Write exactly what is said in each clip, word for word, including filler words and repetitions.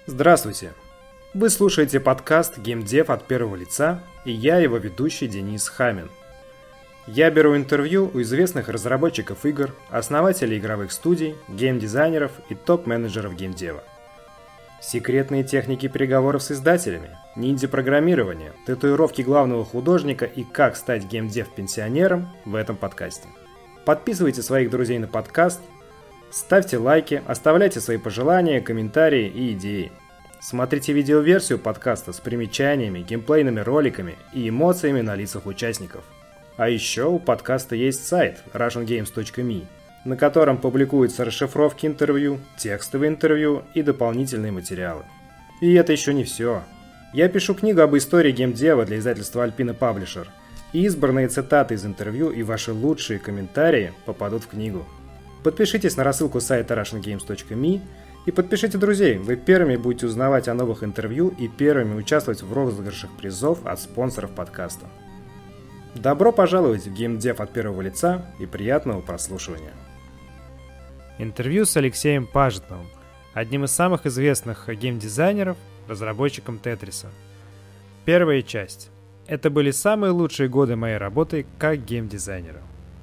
Здравствуйте! Вы слушаете подкаст «Геймдев от первого лица» и я его ведущий Денис Хамин. Я беру интервью у известных разработчиков игр, основателей игровых студий, геймдизайнеров и топ-менеджеров геймдева. Секретные техники переговоров с издателями, ниндзя-программирование, татуировки главного художника и как стать геймдев-пенсионером в этом подкасте. Подписывайте своих друзей на подкаст, ставьте лайки, оставляйте свои пожелания, комментарии и идеи. Смотрите видеоверсию подкаста с примечаниями, геймплейными роликами и эмоциями на лицах участников. А еще у подкаста есть сайт russian games точка me, на котором публикуются расшифровки интервью, текстовые интервью и дополнительные материалы. И это еще не все. Я пишу книгу об истории геймдева для издательства Alpina Publisher, и избранные цитаты из интервью и ваши лучшие комментарии попадут в книгу. Подпишитесь на рассылку сайта russian games точка me и подпишите друзей. Вы первыми будете узнавать о новых интервью и первыми участвовать в розыгрышах призов от спонсоров подкаста. Добро пожаловать в геймдев от первого лица и приятного прослушивания. Интервью с Алексеем Пажитновым, одним из самых известных геймдизайнеров, разработчиком Тетриса. Первая часть. Это были самые лучшие годы моей работы как геймдизайнера.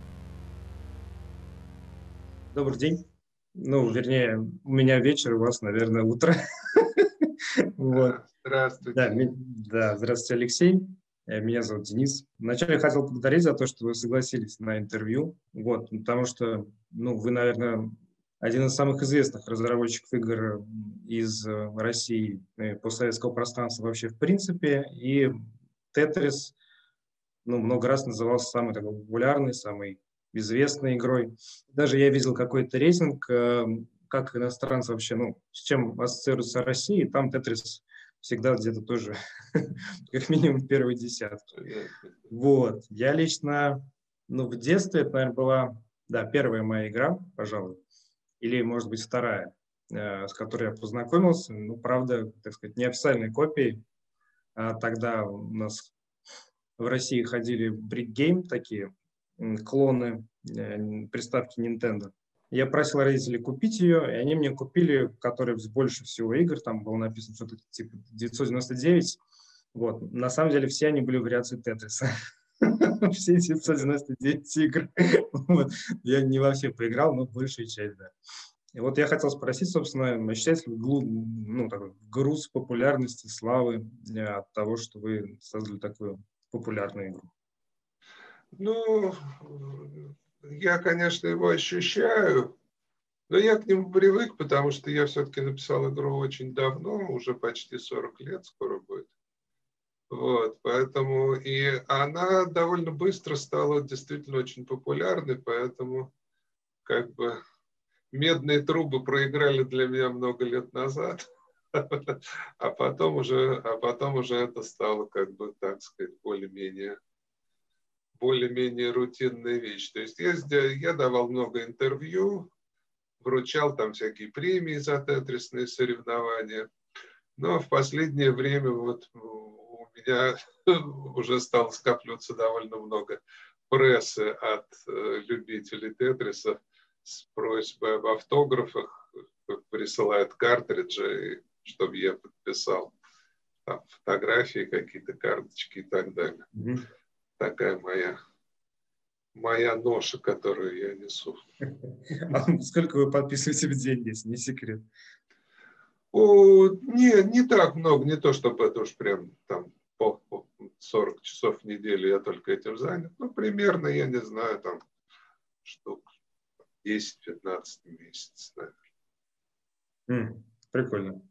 Добрый день. Ну, вернее, у меня вечер, у вас, наверное, утро. Вот. Здравствуйте. Да, ми- да, здравствуйте, Алексей. Э, Меня зовут Денис. Вначале хотел поблагодарить за то, что вы согласились на интервью. Вот, потому что, ну, вы, наверное, один из самых известных разработчиков игр из э, России, э, постсоветского пространства вообще в принципе. И Тетрис, ну, много раз назывался самой такой популярной, самой известной игрой. Даже я видел какой-то рейтинг, э, как иностранцы вообще, ну, с чем ассоциируется Россия, и там Тетрис всегда где-то тоже, как минимум, в первой десятке. Вот. Я лично, ну, в детстве, это, наверное, была, да, первая моя игра, пожалуй, или, может быть, вторая, э, с которой я познакомился. Ну, правда, так сказать, неофициальной копией. А тогда у нас в России ходили Brick Game, такие м, клоны э, приставки Nintendo. Я просил родителей купить ее, и они мне купили, который больше всего игр, там было написано что-то типа девятьсот девяносто девять. Вот. На самом деле все они были вариации Тетриса. Все девятьсот девяносто девять игр. Вот. Я не во все поиграл, но большая часть, да. И вот я хотел спросить, собственно, ощущаете ли глу- ну, такой груз популярности, славы э, от того, что вы создали такую популярную игру? Ну, я, конечно, его ощущаю, но я к нему привык, потому что я все-таки написал игру очень давно, уже почти сорок лет скоро будет. Вот, поэтому и она довольно быстро стала действительно очень популярной, поэтому как бы медные трубы проиграли для меня много лет назад, а потом уже, а потом уже это стало, как бы, так сказать, более-менее более-менее рутинная вещь. То есть я, сде- я давал много интервью, вручал там всякие премии за тетрисные соревнования. Но в последнее время вот у меня уже стало скапливаться довольно много прессы от э, любителей тетриса с просьбой об автографах, присылают картриджи, чтобы я подписал там фотографии, какие-то карточки и так далее. Мгм. Такая моя, моя ноша, которую я несу. А сколько вы подписываете в день, если не секрет? О, не, не так много, не то чтобы это уж прям там по, по сорок часов в неделю я только этим занят. Ну, примерно, я не знаю, там штук десять-пятнадцать в месяц, наверное. М, Прикольно.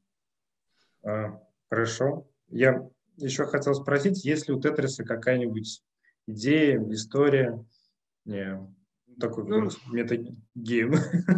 А, Хорошо. Я еще хотел спросить, есть ли у Тетриса какая-нибудь идея, история, не, такой Ну, метагейм?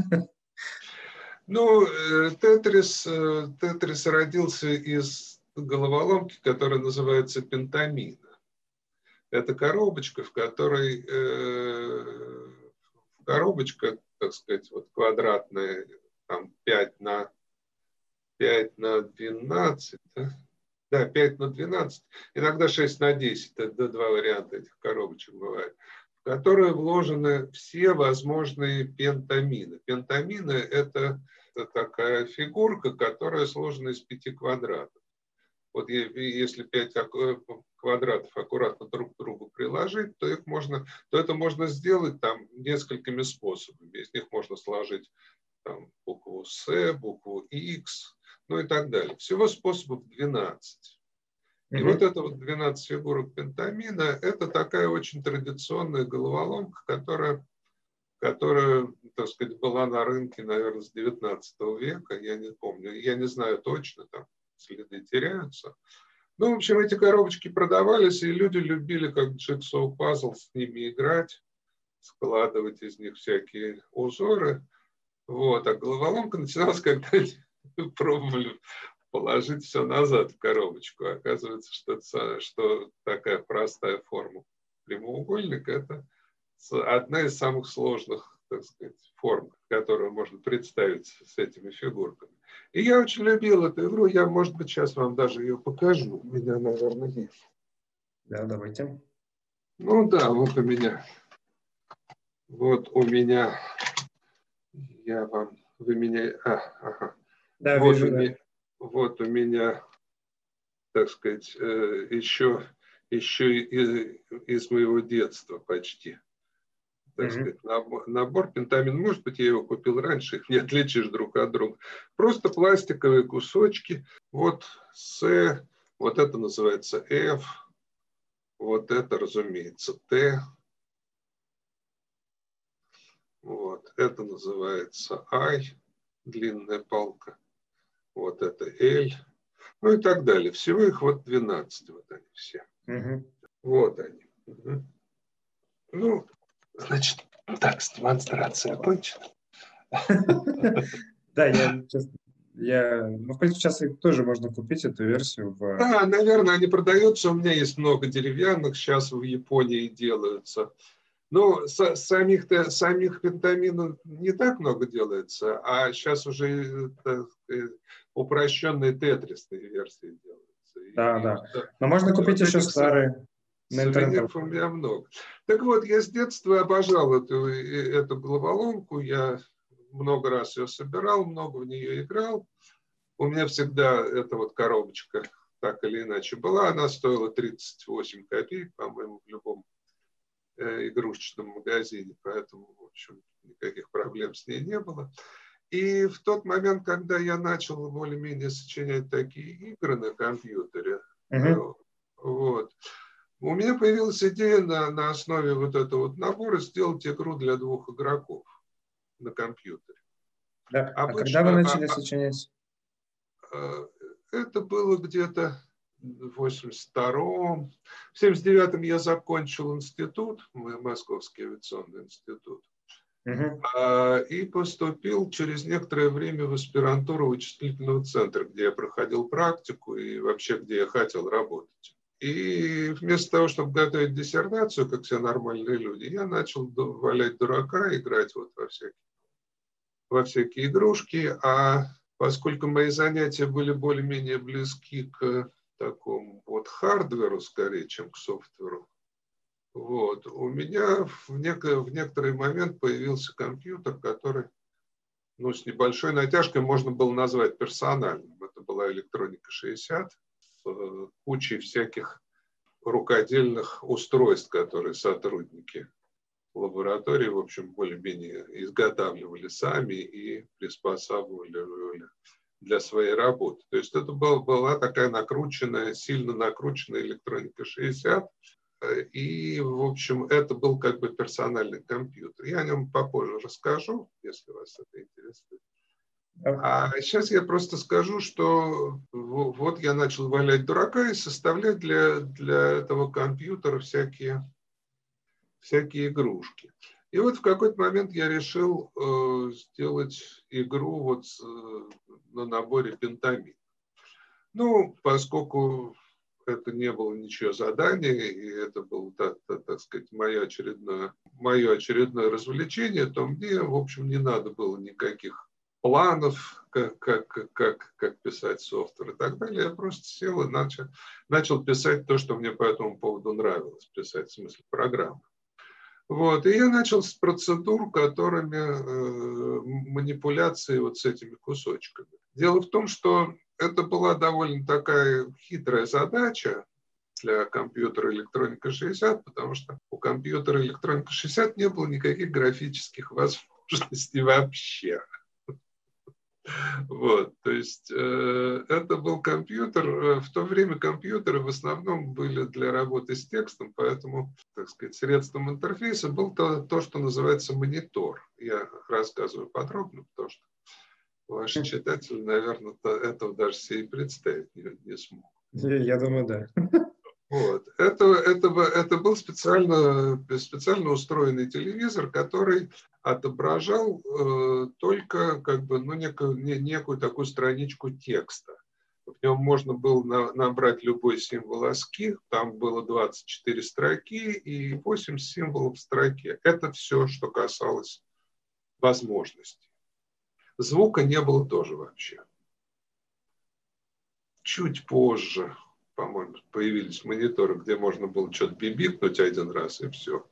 ну, э, Тетрис, э, Тетрис родился из головоломки, которая называется пентамина. Это коробочка, в которой э, коробочка, так сказать, вот квадратная, там пять на пять на двенадцать, да? Да, пять на двенадцать, иногда шесть на десять, это два варианта этих коробочек бывает, в которые вложены все возможные пентамины. Пентамины – это это такая фигурка, которая сложена из пяти квадратов. Вот если пять квадратов аккуратно друг к другу приложить, то их можно, то это можно сделать там несколькими способами. Из них можно сложить там букву С, букву X, ну и так далее. Всего способов двенадцать. И mm-hmm. вот это вот двенадцать фигурок пентамина, это такая очень традиционная головоломка, которая, которая, так сказать, была на рынке, наверное, с девятнадцатого века, я не помню, я не знаю точно, там следы теряются. Ну, в общем, эти коробочки продавались, и люди любили, как джигсоу пазл, с ними играть, складывать из них всякие узоры. Вот. А головоломка начиналась, когда пробовали положить все назад в коробочку. Оказывается, что, это, что такая простая форма прямоугольника – это одна из самых сложных, так сказать, форм, которую можно представить с этими фигурками. И я очень любил эту игру. Я, может быть, сейчас вам даже ее покажу. У меня, наверное, есть. Да, давайте. Ну да, вот у меня. Вот у меня. Я вам. Вы меня. А, ага. Да, вот вижу, у да. меня, вот у меня, так сказать, еще, еще из, из моего детства почти. Так mm-hmm. сказать, набор, набор пентамин. Может быть, я его купил раньше, их не отличишь друг от друга. Просто пластиковые кусочки. Вот С, вот это называется F, вот это, разумеется, Т. Вот, это называется I, длинная палка. Вот это L. Ну и так далее. Всего их вот двенадцать, вот они все. Mm-hmm. Вот они. Mm-hmm. Ну, значит, так, демонстрация окончена. Да, я, честно, я, ну, в принципе, сейчас их тоже можно купить, эту версию. В... Да, наверное, они продаются. У меня есть много деревянных, сейчас в Японии делаются. Но с, самих, самих пентаминов не так много делается, а сейчас уже так, упрощенные тетрисные версии делаются. Да, и, да. да. Но можно купить вот еще старые. Сувениров у меня много. Так вот, я с детства обожал эту, эту головоломку. Я много раз ее собирал, много в нее играл. У меня всегда эта вот коробочка так или иначе была. Она стоила тридцать восемь копеек, по-моему, в любом э, игрушечном магазине. Поэтому, в общем, никаких проблем с ней не было. И в тот момент, когда я начал более-менее сочинять такие игры на компьютере, uh-huh. вот, у меня появилась идея на, на основе вот этого вот набора сделать игру для двух игроков на компьютере. Да. Обычно, а когда вы начали а, сочинять? Это было где-то в восемьдесят втором. В семьдесят девятом я закончил институт, Московский авиационный институт, uh-huh. и поступил через некоторое время в аспирантуру вычислительного центра, где я проходил практику и вообще где я хотел работать. И вместо того, чтобы готовить диссертацию, как все нормальные люди, я начал валять дурака, играть вот во всякие, во всякие игрушки. А поскольку мои занятия были более-менее близки к такому вот хардверу, скорее, чем к софтверу, вот, у меня в, неко, в некоторый момент появился компьютер, который, ну, с небольшой натяжкой можно было назвать персональным. Это была электроника шестьдесят. Кучей всяких рукодельных устройств, которые сотрудники лаборатории, в общем, более-менее изготавливали сами и приспосабливали для своей работы. То есть это был, была такая накрученная, сильно накрученная электроника шестьдесят, и, в общем, это был как бы персональный компьютер. Я о нем попозже расскажу, если вас это интересует. А сейчас я просто скажу, что вот я начал валять дурака и составлять для, для этого компьютера всякие, всякие игрушки. И вот в какой-то момент я решил э, сделать игру вот с, э, на наборе пентамин. Ну, поскольку это не было ничего задания, и это было, так, так, так сказать, мое очередное, мое очередное развлечение, то мне, в общем, не надо было никаких планов, как, как, как, как писать софтвер и так далее. Я просто сел и начал, начал писать то, что мне по этому поводу нравилось, писать в смысле программы. Вот. И я начал с процедур, которыми э, манипуляции вот с этими кусочками. Дело в том, что это была довольно такая хитрая задача для компьютера электроника шестьдесят, потому что у компьютера электроника шестьдесят не было никаких графических возможностей вообще. Вот, то есть э, это был компьютер, в то время компьютеры в основном были для работы с текстом, поэтому, так сказать, средством интерфейса был то, то что называется монитор. Я рассказываю подробно, потому что ваши читатели, наверное, этого даже себе и представить не, не смогут. Я думаю, да. Вот. Это, это, это был специально, специально устроенный телевизор, который отображал э, только как бы, ну, некую, не, некую такую страничку текста. В нем можно было на, набрать любой символ ASCII, там было двадцать четыре строки и восемь символов в строке. Это все, что касалось возможностей. Звука не было тоже вообще. Чуть позже, по-моему, появились мониторы, где можно было что-то бибикнуть один раз, и все.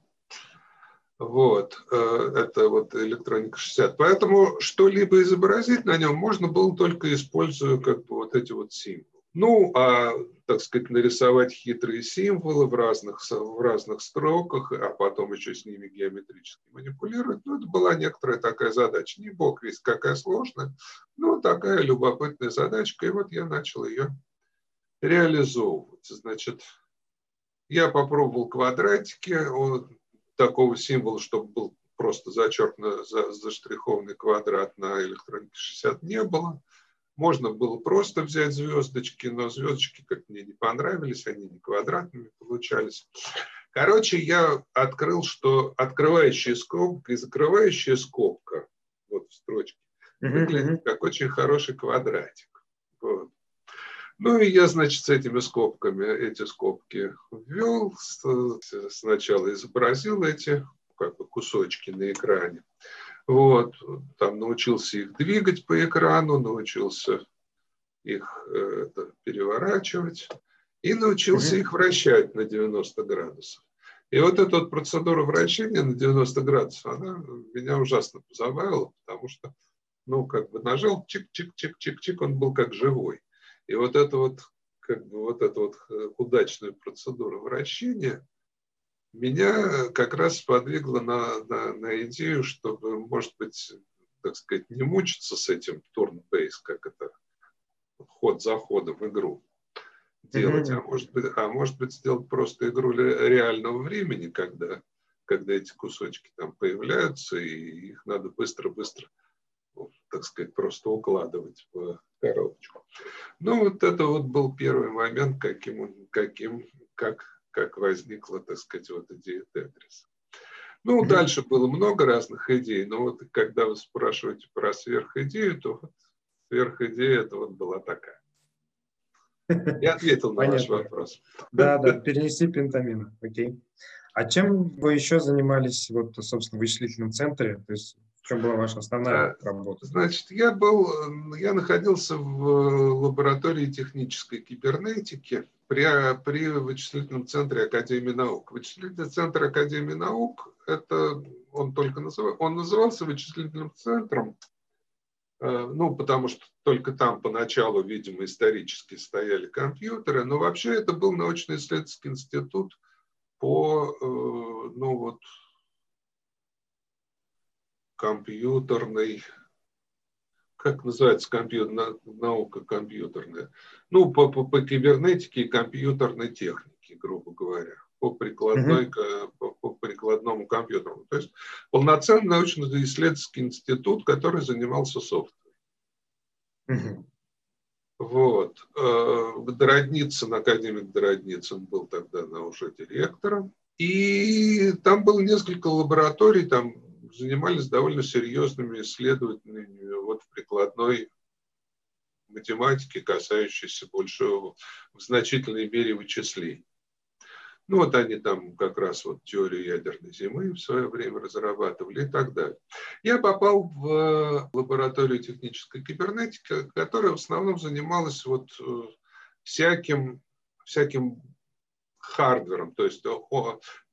Вот. Это вот электроника шестьдесят. Поэтому что-либо изобразить на нем можно было только используя как бы вот эти вот символы. Ну, а, так сказать, нарисовать хитрые символы в разных, в разных строках, а потом еще с ними геометрически манипулировать, ну, это была некоторая такая задача. Не бог весть какая сложная, но такая любопытная задачка. И вот я начал ее реализовывать. Значит, я попробовал квадратики, он, такого символа, чтобы был просто зачеркнут, за, заштрихованный квадрат на электронике шестьдесят не было. Можно было просто взять звездочки, но звездочки как мне не понравились, они не квадратными получались. Короче, я открыл, что открывающая скобка и закрывающая скобка, вот в строчке, выглядит как очень хороший квадратик. Вот. Ну и я, значит, с этими скобками, эти скобки ввел, сначала изобразил эти как бы кусочки на экране. Вот, там научился их двигать по экрану, научился их э, переворачивать и научился mm-hmm. их вращать на девяносто градусов. И вот эта вот процедура вращения на девяносто градусов, она меня ужасно позабавила, потому что, ну, как бы нажал чик-чик-чик-чик-чик, он был как живой. И вот эта вот, как бы вот эта вот удачная процедура вращения меня как раз сподвигла на, на, на идею, чтобы, может быть, так сказать, не мучиться с этим turn-based, как это, ход за ходом игру делать, mm-hmm. а, может быть, а может быть сделать просто игру реального времени, когда, когда эти кусочки там появляются, и их надо быстро-быстро, так сказать, просто укладывать в коробочку. Ну, вот это вот был первый момент, каким, каким, как, как возникла, так сказать, вот идея Тетриса. Ну, mm-hmm. дальше было много разных идей, но вот когда вы спрашиваете про сверхидею, то вот сверхидея это вот была такая. Я ответил на ваш вопрос. Да, да, перенеси пентамин, окей. А чем вы еще занимались, вот, собственно, в вычислительном центре? То есть в чем была ваша основная а, работа? Значит, я был, я находился в лаборатории технической кибернетики при, при вычислительном центре Академии наук. Вычислительный центр Академии наук, это он только называл, он назывался вычислительным центром, ну, потому что только там поначалу, видимо, исторически стояли компьютеры, но вообще это был научно-исследовательский институт по, ну вот, компьютерной, как называется компьютер, наука компьютерная, ну, по, по, по кибернетике и компьютерной технике, грубо говоря, по, прикладной, mm-hmm. по, по прикладному компьютеру. То есть полноценный научно-исследовательский институт, который занимался софтом. Mm-hmm. Вот. Городницын, академик Городницын был тогда на уже директором. И там было несколько лабораторий, там занимались довольно серьезными исследованиями вот в прикладной математике, касающейся больше в значительной мере вычислений. Ну вот они там как раз вот теорию ядерной зимы в свое время разрабатывали и так далее. Я попал в лабораторию технической кибернетики, которая в основном занималась вот всяким, всяким хардвером, то есть, то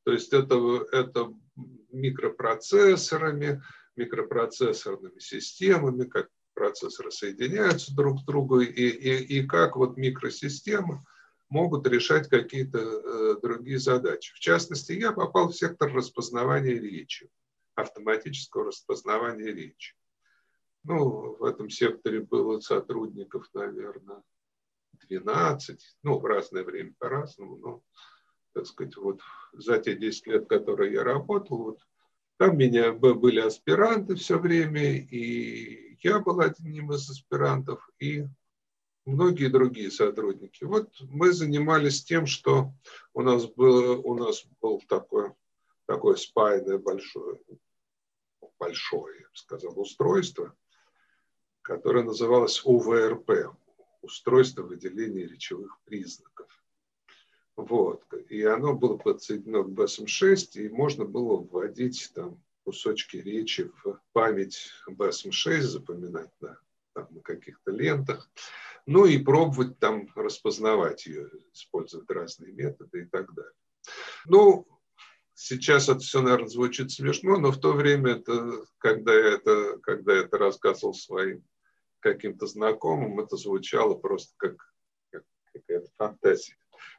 То есть это, это микропроцессорами, микропроцессорными системами, как процессоры соединяются друг с другом, и, и, и как вот микросистемы могут решать какие-то э, другие задачи. В частности, я попал в сектор распознавания речи, автоматического распознавания речи. Ну, в этом секторе было сотрудников, наверное, двенадцать, ну, в разное время по-разному, но, так сказать, вот за те десять лет, которые я работал, вот, там у меня были аспиранты все время, и я был одним из аспирантов, и многие другие сотрудники. Вот мы занимались тем, что у нас было, у нас был такое, такое спаянное большое, большое, я бы сказал, устройство, которое называлось У В Р П, устройство выделения речевых признаков. Вот. И оно было подсоединено к бэ эс эм шесть, и можно было вводить там кусочки речи в память бэ эс эм шесть, запоминать на, там, на каких-то лентах, ну и пробовать там распознавать ее, использовать разные методы и так далее. Ну, сейчас это все, наверное, звучит смешно, но в то время, это, когда, я это, когда я это рассказывал своим каким-то знакомым, это звучало просто как, как какая-то фантазия.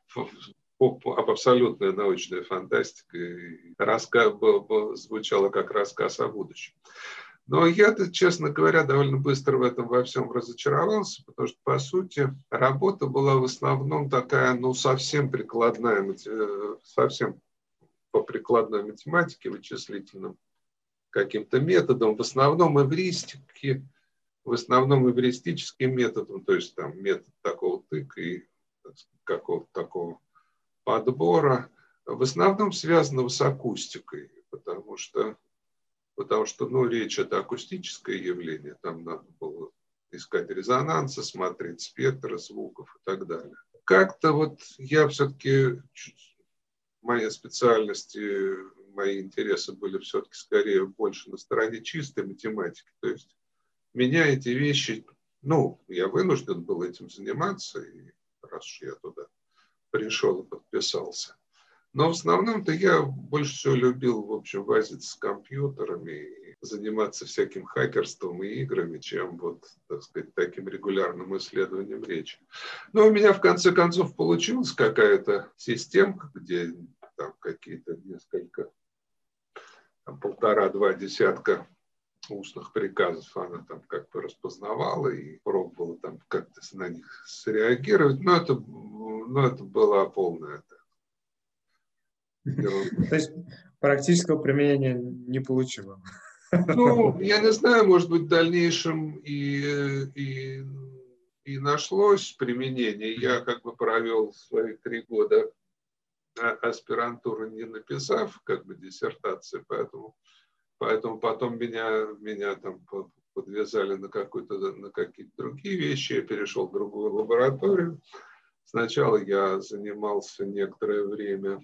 Абсолютная научная фантастика. И рассказ, звучало как рассказ о будущем. Но я-то, честно говоря, довольно быстро в этом во всем разочаровался, потому что, по сути, работа была в основном такая, ну, совсем прикладная, совсем по прикладной математике, вычислительным каким-то методом, в основном эвристики, в основном эвристическим методом, то есть там метод такого тыка и какого-то такого подбора, в основном связанного с акустикой, потому что, потому что ну, речь – это акустическое явление, там надо было искать резонансы, смотреть спектры звуков и так далее. Как-то вот я все-таки, мои специальности, мои интересы были все-таки скорее больше на стороне чистой математики, то есть меня эти вещи, ну, я вынужден был этим заниматься, и раз уж я туда пришел и подписался. Но в основном-то я больше всего любил, в общем, возиться с компьютерами и заниматься всяким хакерством и играми, чем вот, так сказать, таким регулярным исследованием речи. Но у меня в конце концов получилась какая-то системка, где там какие-то несколько, там, полтора-два десятка устных приказов она там как бы распознавала и пробовала там как-то на них среагировать, но это, но это была полная ерунда. То есть практического применения не получила. Ну, я не знаю, может быть, в дальнейшем и, и, и нашлось применение. Я как бы провел свои три года аспирантуры, не написав как бы диссертации, поэтому Поэтому потом меня, меня там подвязали на, на какие-то другие вещи, я перешел в другую лабораторию. Сначала я занимался некоторое время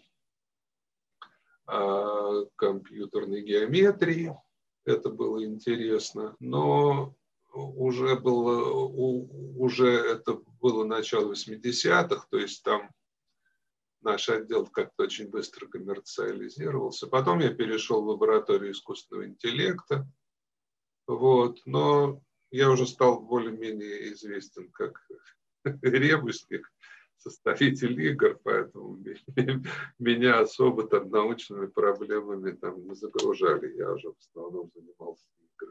а, компьютерной геометрией, это было интересно, но уже было, уже это было начало восьмидесятых, то есть там наш отдел как-то очень быстро коммерциализировался. Потом я перешел в лабораторию искусственного интеллекта. Вот. Но я уже стал более-менее известен как ребусник, составитель игр, поэтому меня особо там научными проблемами там не загружали. Я уже в основном занимался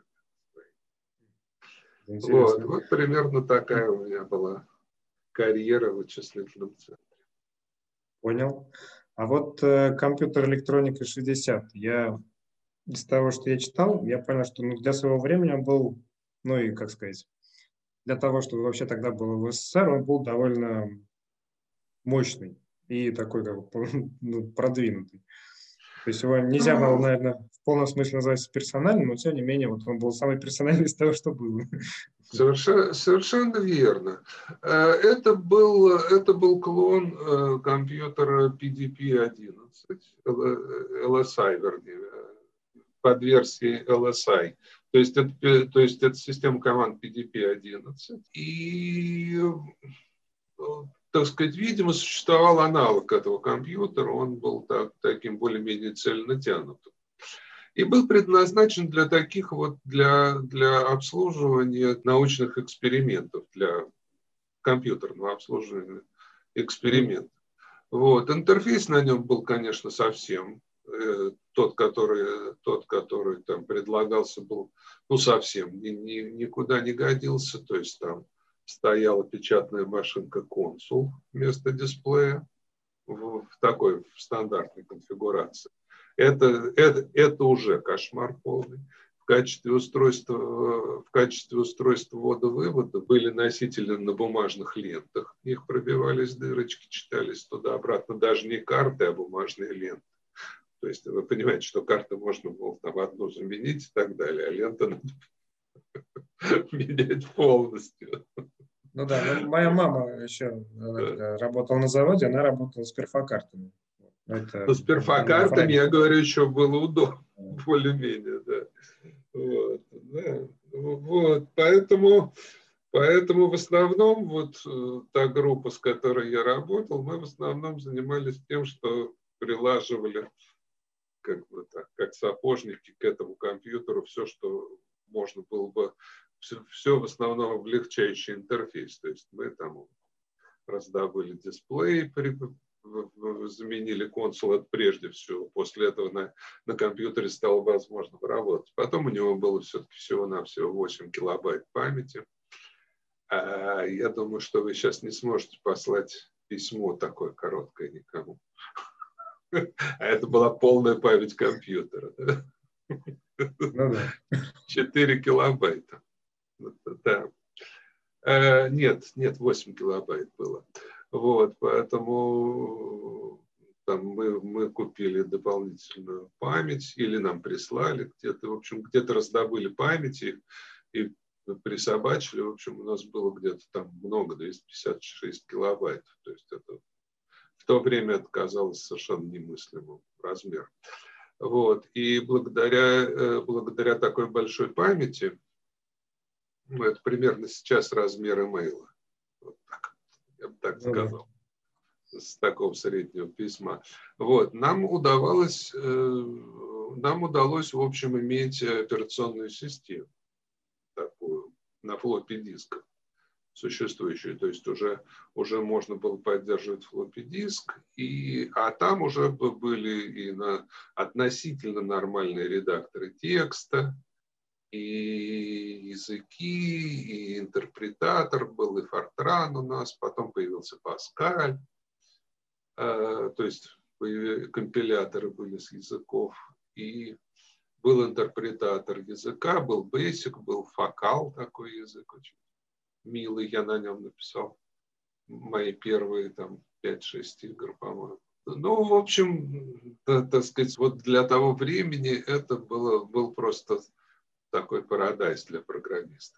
играми. Вот. Вот примерно такая у меня была карьера в вычислительном центре. Понял. А вот э, компьютер электроника шестьдесят, я из того, что я читал, я понял, что ну, для своего времени он был, ну и, как сказать, для того, что вообще тогда был в СССР, он был довольно мощный и такой как бы ну, продвинутый. То есть его нельзя было, наверное, в полном смысле назвать персональным, но тем не менее вот он был самый персональный из того, что было. Совершенно, совершенно верно. Это был, это был клон компьютера пи ди пи одиннадцать, эл эс ай, вернее, под версией эл эс ай. То есть это, то есть это система команд пи ди пи одиннадцать. И так сказать, видимо, существовал аналог этого компьютера, он был так, таким более-менее цельно натянутым. И был предназначен для таких вот, для, для обслуживания научных экспериментов, для компьютерного обслуживания экспериментов. Mm-hmm. Вот. Интерфейс на нем был, конечно, совсем э, тот, который, тот, который там предлагался, был ну, совсем ни, ни, никуда не годился. То есть там стояла печатная машинка консул вместо дисплея в, в такой в стандартной конфигурации. Это, это, это уже кошмар полный. В качестве устройства, в качестве устройства ввода-вывода были носители на бумажных лентах. В них пробивались дырочки, читались туда-обратно. Даже не карты, а бумажные ленты. То есть вы понимаете, что карты можно было там одну заменить и так далее, а лента надо менять полностью. Ну да, ну, моя мама еще да. работала на заводе, она работала с перфокартами. Это, Но с перфокартами, я говорю, еще было удобно, более-менее, да. Вот, да. Вот, поэтому, поэтому в основном вот та группа, с которой я работал, мы в основном занимались тем, что прилаживали, как бы так, как сапожники к этому компьютеру, все, что можно было бы, все, все в основном облегчающий интерфейс. То есть мы там раздобыли дисплей, при, заменили консул, это прежде всего. После этого на, на компьютере стало возможно работать. Потом у него было все-таки всего-навсего восемь килобайт памяти. А я думаю, что вы сейчас не сможете послать письмо такое короткое никому. А это была полная память компьютера. четыре килобайта. Да. Нет, нет, восемь килобайт было. Вот, поэтому там мы, мы купили дополнительную память или нам прислали где-то, в общем, где-то раздобыли памяти и присобачили. В общем, у нас было где-то там много, двести пятьдесят шесть килобайт. То есть это в то время это казалось совершенно немыслимым размером. Вот, и благодаря, благодаря такой большой памяти, ну, это примерно сейчас размер имейла. Вот так, я бы так сказал. Mm-hmm. С такого среднего письма. Вот, нам удавалось, э, нам удалось, в общем, иметь операционную систему такую на флоппи дисках существующую. То есть уже, уже можно было поддерживать флоппи диск, и, а там уже были и на, относительно нормальные редакторы текста, и языки, и интерпретатор был, и Fortran у нас, потом появился Pascal, то есть компиляторы были с языков, и был интерпретатор языка, был Basic, был Focal, такой язык очень милый, я на нем написал мои первые там пять-шесть игр, по-моему. Ну, в общем, да, так сказать, вот для того времени это было, был просто такой парадайз для программиста.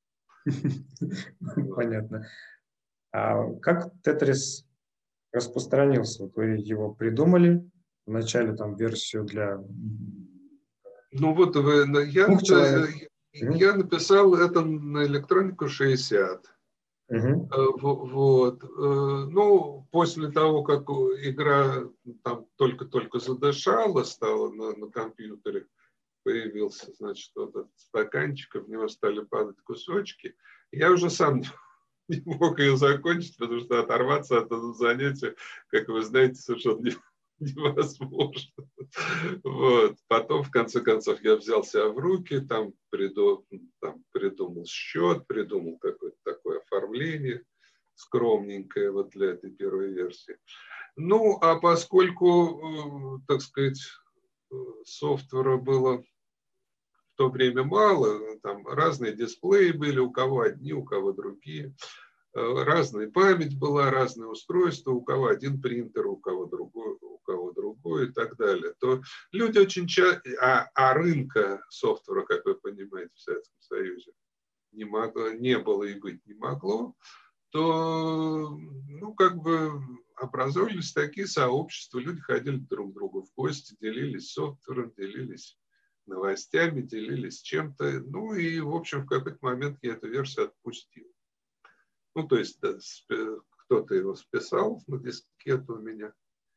Понятно. А как Тетрис распространился? Вот вы его придумали, вначале там версию для... Ну вот вы, я, я написал это на электронику шестьдесят. Uh-huh. Вот. Ну, после того, как игра там только-только задышала, стала на, на компьютере, появился, значит, вот этот стаканчик, и в него стали падать кусочки. Я уже сам не мог ее закончить, потому что оторваться от этого занятия, как вы знаете, совершенно невозможно. Вот. Потом, в конце концов, я взял себя в руки, там, приду, там придумал счет, придумал какое-то такое оформление скромненькое вот для этой первой версии. Ну, а поскольку, так сказать, софтвера было в то время мало, там разные дисплеи были, у кого одни, у кого другие, разная память была, разные устройства, у кого один принтер, у кого другой, у кого другой и так далее, то люди очень часто, а, а рынка софтвера, как вы понимаете, в Советском Союзе не, могло, не было и быть не могло, то, ну, как бы образовались такие сообщества, люди ходили друг к другу в гости, делились софтвером, делились новостями, делились чем-то. Ну и, в общем, в какой-то момент я эту версию отпустил. Ну, то есть, да, кто-то его списал на дискету у меня.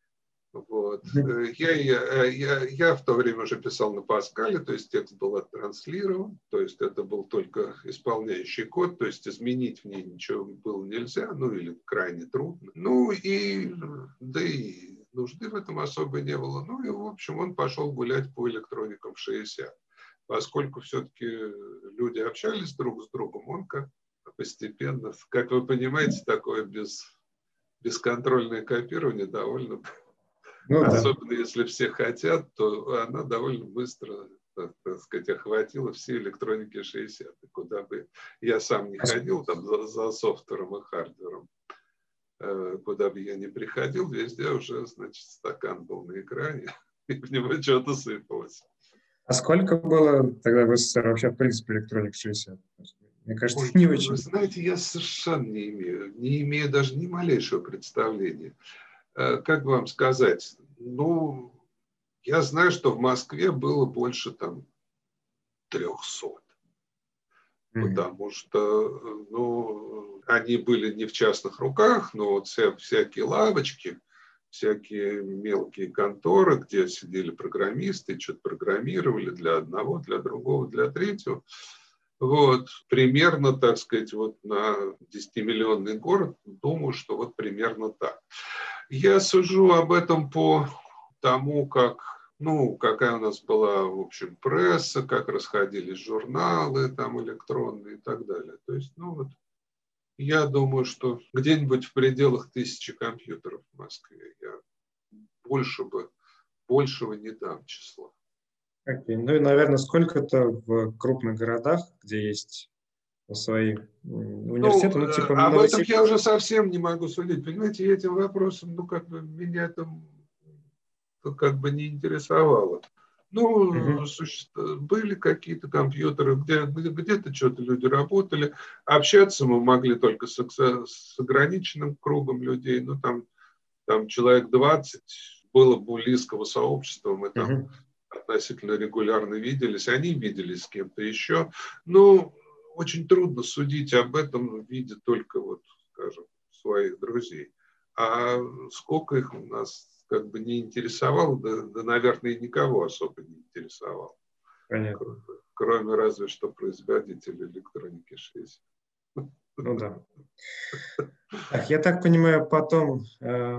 Вот. Я, я, я, я в то время уже писал на Паскале, то есть текст был оттранслирован, то есть это был только исполняющий код, то есть изменить в ней ничего было нельзя, ну или крайне трудно. Ну и, да и нужды в этом особо не было. Ну и, в общем, он пошел гулять по электроникам шестьдесят. Поскольку все-таки люди общались друг с другом, он как постепенно, как вы понимаете, такое без, бесконтрольное копирование довольно... Ну, особенно да. Если все хотят, то она довольно быстро, так, так сказать, охватила все электроники шестьдесят. Куда бы я сам не ходил там, за, за софтвером и хардвером, э, куда бы я ни приходил, везде уже, значит, стакан был на экране, и в него что-то сыпалось. А сколько было тогда в СССР вообще, в принципе, электроник шестьдесят? Мне кажется, Ой, не вы очень. Вы знаете, я совершенно не имею, не имею даже ни малейшего представления. Как вам сказать, ну, я знаю, что в Москве было больше там трехсот, mm-hmm. потому что, ну, они были не в частных руках, но вот вся, всякие лавочки, всякие мелкие конторы, где сидели программисты, что-то программировали для одного, для другого, для третьего. Вот, примерно, так сказать, вот на десятимиллионный город, думаю, что вот примерно так. Я сужу об этом по тому, как, ну, какая у нас была, в общем, пресса, как расходились журналы там электронные и так далее. То есть, ну вот, я думаю, что где-нибудь в пределах тысячи компьютеров в Москве. Я больше бы, большего не дам числа. Окей. Ну и, наверное, сколько-то в крупных городах, где есть свои университеты, ну, ну типа об этом я уже совсем не могу судить. Понимаете, этим вопросом, ну, как бы меня там как бы не интересовало. Ну, угу. суще... были какие-то компьютеры, где, где-то что-то люди работали. Общаться мы могли только с, с ограниченным кругом людей. Ну, там, там человек двадцать было близкого сообщества. Мы там угу. относительно регулярно виделись. Они виделись с кем-то еще. Ну, очень трудно судить об этом, видя только, вот, скажем, своих друзей. А сколько их у нас как бы не интересовало, да, да, наверное, и никого особо не интересовало. Понятно. Кроме разве что производителей электроники шестьдесят. Ну да. Так, я так понимаю, потом э,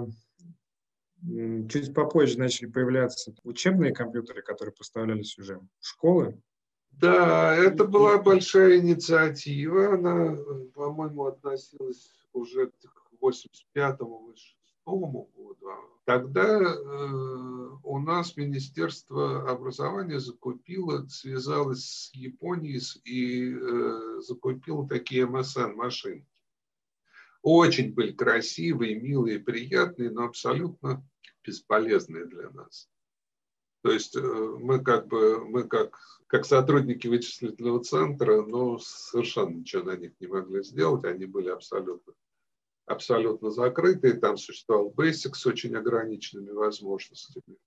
чуть попозже начали появляться учебные компьютеры, которые поставлялись уже в школы. Да, это была большая инициатива. Она, по-моему, относилась уже к восемьдесят пятому, восемьдесят шестому году. Тогда э, у нас Министерство образования закупило, связалось с Японией и э, закупило такие эм эс эн-машинки. Очень были красивые, милые, приятные, но абсолютно бесполезные для нас. То есть э, мы как бы, мы как, как сотрудники вычислительного центра, ну, совершенно ничего на них не могли сделать, они были абсолютно абсолютно закрытые, там существовал Basic с очень ограниченными возможностями.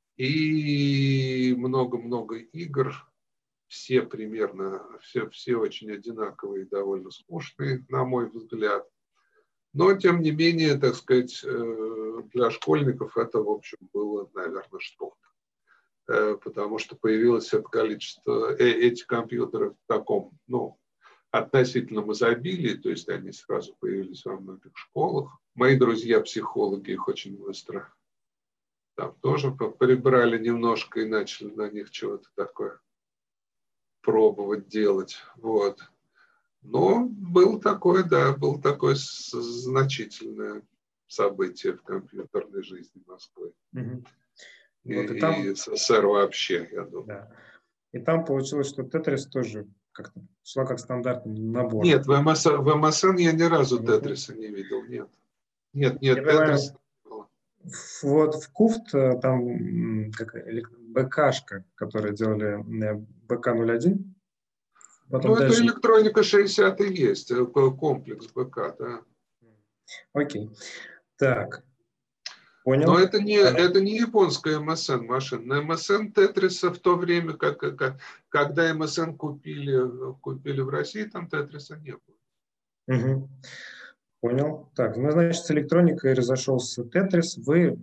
И много-много игр, все примерно, все, все очень одинаковые и довольно скучные, на мой взгляд. Но, тем не менее, так сказать, для школьников это, в общем, было, наверное, что-то. Потому что появилось это количество, эти компьютеры в таком, ну, относительном изобилии, то есть они сразу появились во многих школах. Мои друзья-психологи их очень быстро там тоже прибрали немножко и начали на них чего-то такое пробовать делать. Вот. Но было такое, да, было такое значительное событие в компьютерной жизни Москвы. Угу. И, вот и, там... и СССР вообще, я думаю. Да. И там получилось, что Тетрис тоже как-то шла как стандартный набор. Нет, в эм эс эн, в эм эс эн я ни разу Тетриса не видел, нет. Нет, нет, Тетрис не было. Вот в Куфт там как, БКшка, которые делали бэ ка ноль один. Потом ну, дальше... это электроника шестьдесят и есть, комплекс бэ ка, да. Окей. Так. Понял. Но это не, это не японская эм эс эн машина. На эм эс эн Тетриса в то время, как, как, когда эм эс эн купили, купили в России, там Тетриса не было. Угу. Понял. Так, ну, значит, с электроникой разошелся Тетрис. Вы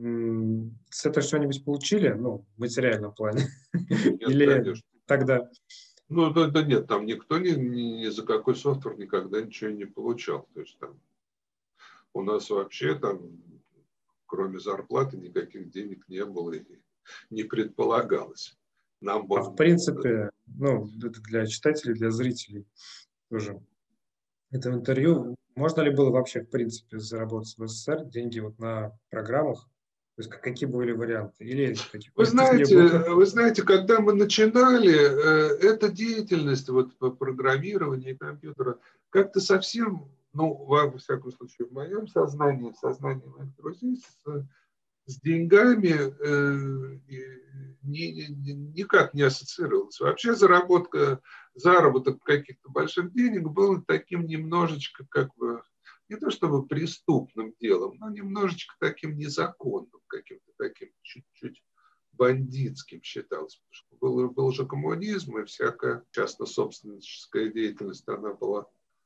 м, с этого что-нибудь получили? Ну, в материальном плане? Нет, Или конечно. тогда? Ну, да, да нет, там никто ни, ни, ни за какой софтвер никогда ничего не получал. То есть там у нас вообще там, кроме зарплаты, никаких денег не было и не предполагалось. Нам А в было... принципе, ну, это для читателей, для зрителей тоже. Это интервью. Можно ли было вообще, в принципе, заработать в СССР деньги вот на программах? То есть какие были варианты? Или таких Вы вариантов не было? знаете, вы знаете, когда мы начинали, э, эта деятельность вот по программированию компьютера как-то совсем, ну, во всяком случае, в моем сознании, в сознании моих друзей, с, с деньгами э, ни, ни, никак не ассоциировалась. Вообще заработка, заработок каких-то больших денег был таким немножечко как бы, не то чтобы преступным делом, но немножечко таким незаконным, каким-то таким чуть-чуть бандитским считалось. Потому что был, был же коммунизм, и всякая частно-собственническая деятельность, она была,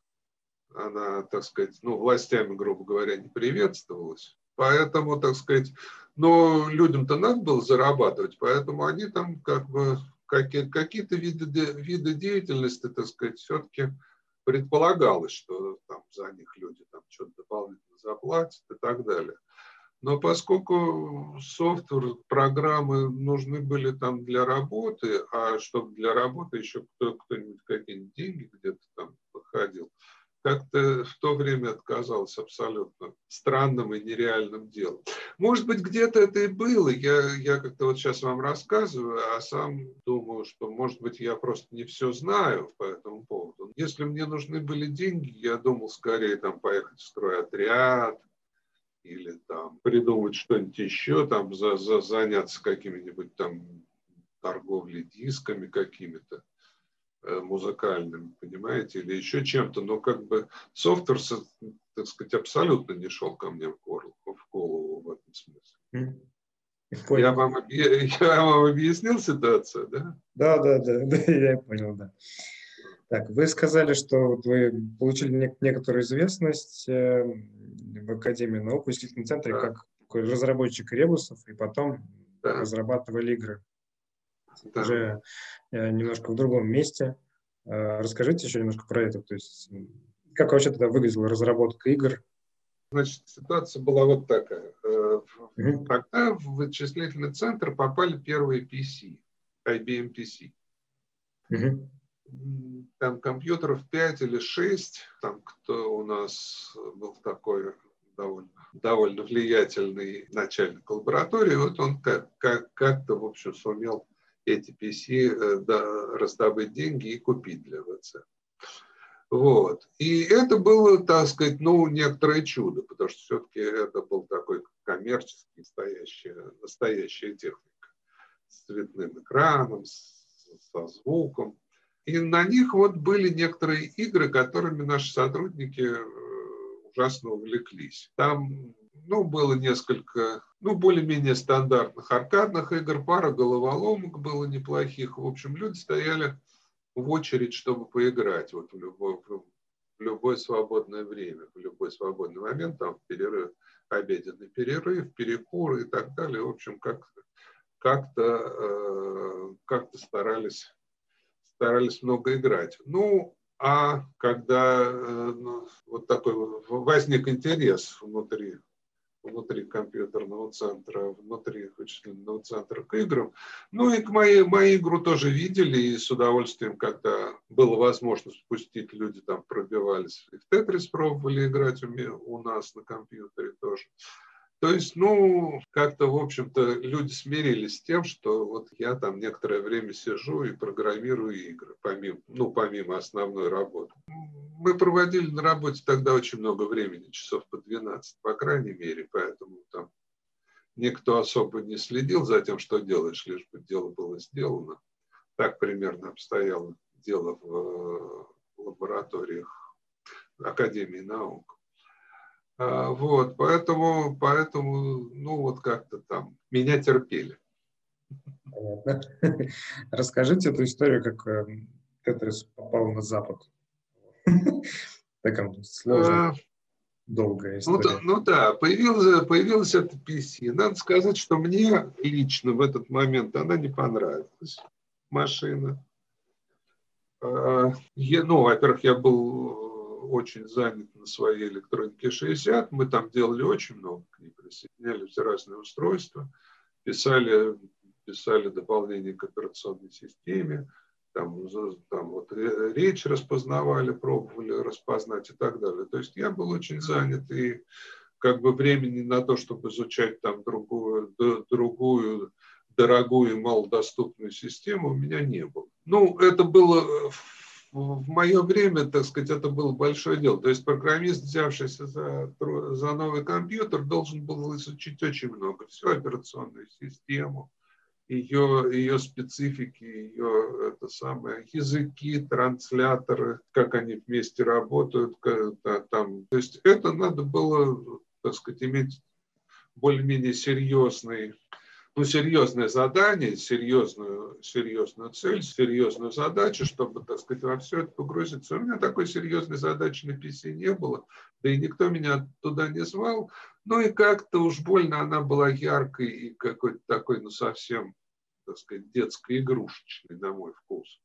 она, так сказать, ну, властями, грубо говоря, не приветствовалась. Поэтому, так сказать, но людям-то надо было зарабатывать, поэтому они там как бы какие, какие-то виды, виды деятельности, так сказать, все-таки предполагалось, что там за них люди там что-то дополнительно заплатят и так далее. Но поскольку софтвер, программы нужны были там для работы, а чтобы для работы еще кто, кто-нибудь какие-нибудь деньги где-то там выходил, как-то в то время отказалось абсолютно странным и нереальным делом. Может быть, где-то это и было. Я, я как-то вот сейчас вам рассказываю, а сам думаю, что, может быть, я просто не все знаю по этому поводу. Если мне нужны были деньги, я думал скорее там поехать в стройотряд, или там придумать что-нибудь еще, там за, за, заняться какими-нибудь там торговлей дисками какими-то э, музыкальными, понимаете, или еще чем-то, но как бы софтвер, так сказать, абсолютно не шел ко мне в голову, в голову в этом смысле. Я Понял. вам, я вам объяснил ситуацию, да? Да, да, да, да, я понял, да. Так, вы сказали, что вот вы получили не- некоторую известность э, в Академии наук, в вычислительном центре, Да, как такой разработчик ребусов, и потом да, разрабатывали игры да. уже э, немножко в другом месте. Э, расскажите еще немножко про это. То есть, как вообще тогда выглядела разработка игр? Значит, ситуация была вот такая. Мгм. Тогда в вычислительный центр попали первые пи си, ай би эм пи си. Мгм. Там компьютеров пять или шесть, там кто у нас был такой довольно, довольно влиятельный начальник лаборатории, вот он как, как, как-то, в общем, сумел эти пи си э, да, раздобыть деньги и купить для вэ цэ. Вот. И это было, так сказать, ну, некоторое чудо, потому что все-таки это был такой коммерческий, настоящая, настоящая техника с цветным экраном, с, со звуком. И на них вот были некоторые игры, которыми наши сотрудники ужасно увлеклись. Там, ну, было несколько, ну, более-менее стандартных аркадных игр, пара головоломок было неплохих. В общем, люди стояли в очередь, чтобы поиграть вот в любое, в любое свободное время, в любой свободный момент, там, перерыв, обеденный перерыв, перекур и так далее. В общем, как, как-то, э, как-то старались старались много играть. Ну, а когда э, ну, вот такой возник интерес внутри, внутри компьютерного центра, внутри вычислительного центра к играм, ну и к моей, мою игру тоже видели, и с удовольствием, когда была возможность спустить, люди там пробивались, и в Тетрис пробовали играть у, меня, у нас на компьютере тоже. То есть, ну, как-то, в общем-то, люди смирились с тем, что вот я там некоторое время сижу и программирую игры, помимо, ну, помимо основной работы. Мы проводили на работе тогда очень много времени, часов по двенадцать, по крайней мере, поэтому там никто особо не следил за тем, что делаешь, лишь бы дело было сделано. Так примерно обстояло дело в лабораториях Академии наук. Вот, поэтому, поэтому, ну, вот как-то там меня терпели. Понятно. Расскажите эту историю, как Тетрис попал на Запад. Так сложно. долгая Ну, история. ну да, появилась, появилась эта пи си. Надо сказать, что мне лично в этот момент она не понравилась, машина. Я, ну, во-первых, я был очень занят на своей электронике шестьдесят. Мы там делали очень много, к ней присоединяли все разные устройства, писали, писали дополнения к операционной системе, там, там вот речь распознавали, пробовали распознать и так далее. То есть я был очень занят, и как бы времени на то, чтобы изучать там другую, другую дорогую и малодоступную систему, у меня не было. Ну, это было в мое время, так сказать, это было большое дело. То есть программист, взявшийся за, за новый компьютер, должен был изучить очень много. Всю операционную систему, ее, ее специфики, ее это самое, языки, трансляторы, как они вместе работают. Там. То есть это надо было, так сказать, иметь более-менее серьезный, ну, серьезное задание, серьезную, серьезную цель, серьезную задачу, чтобы, так сказать, во все это погрузиться. У меня такой серьезной задачи на пи си не было, да и никто меня туда не звал. Ну и как-то уж больно она была яркой и какой-то такой, ну, совсем, так сказать, детско-игрушечной, на мой вкус.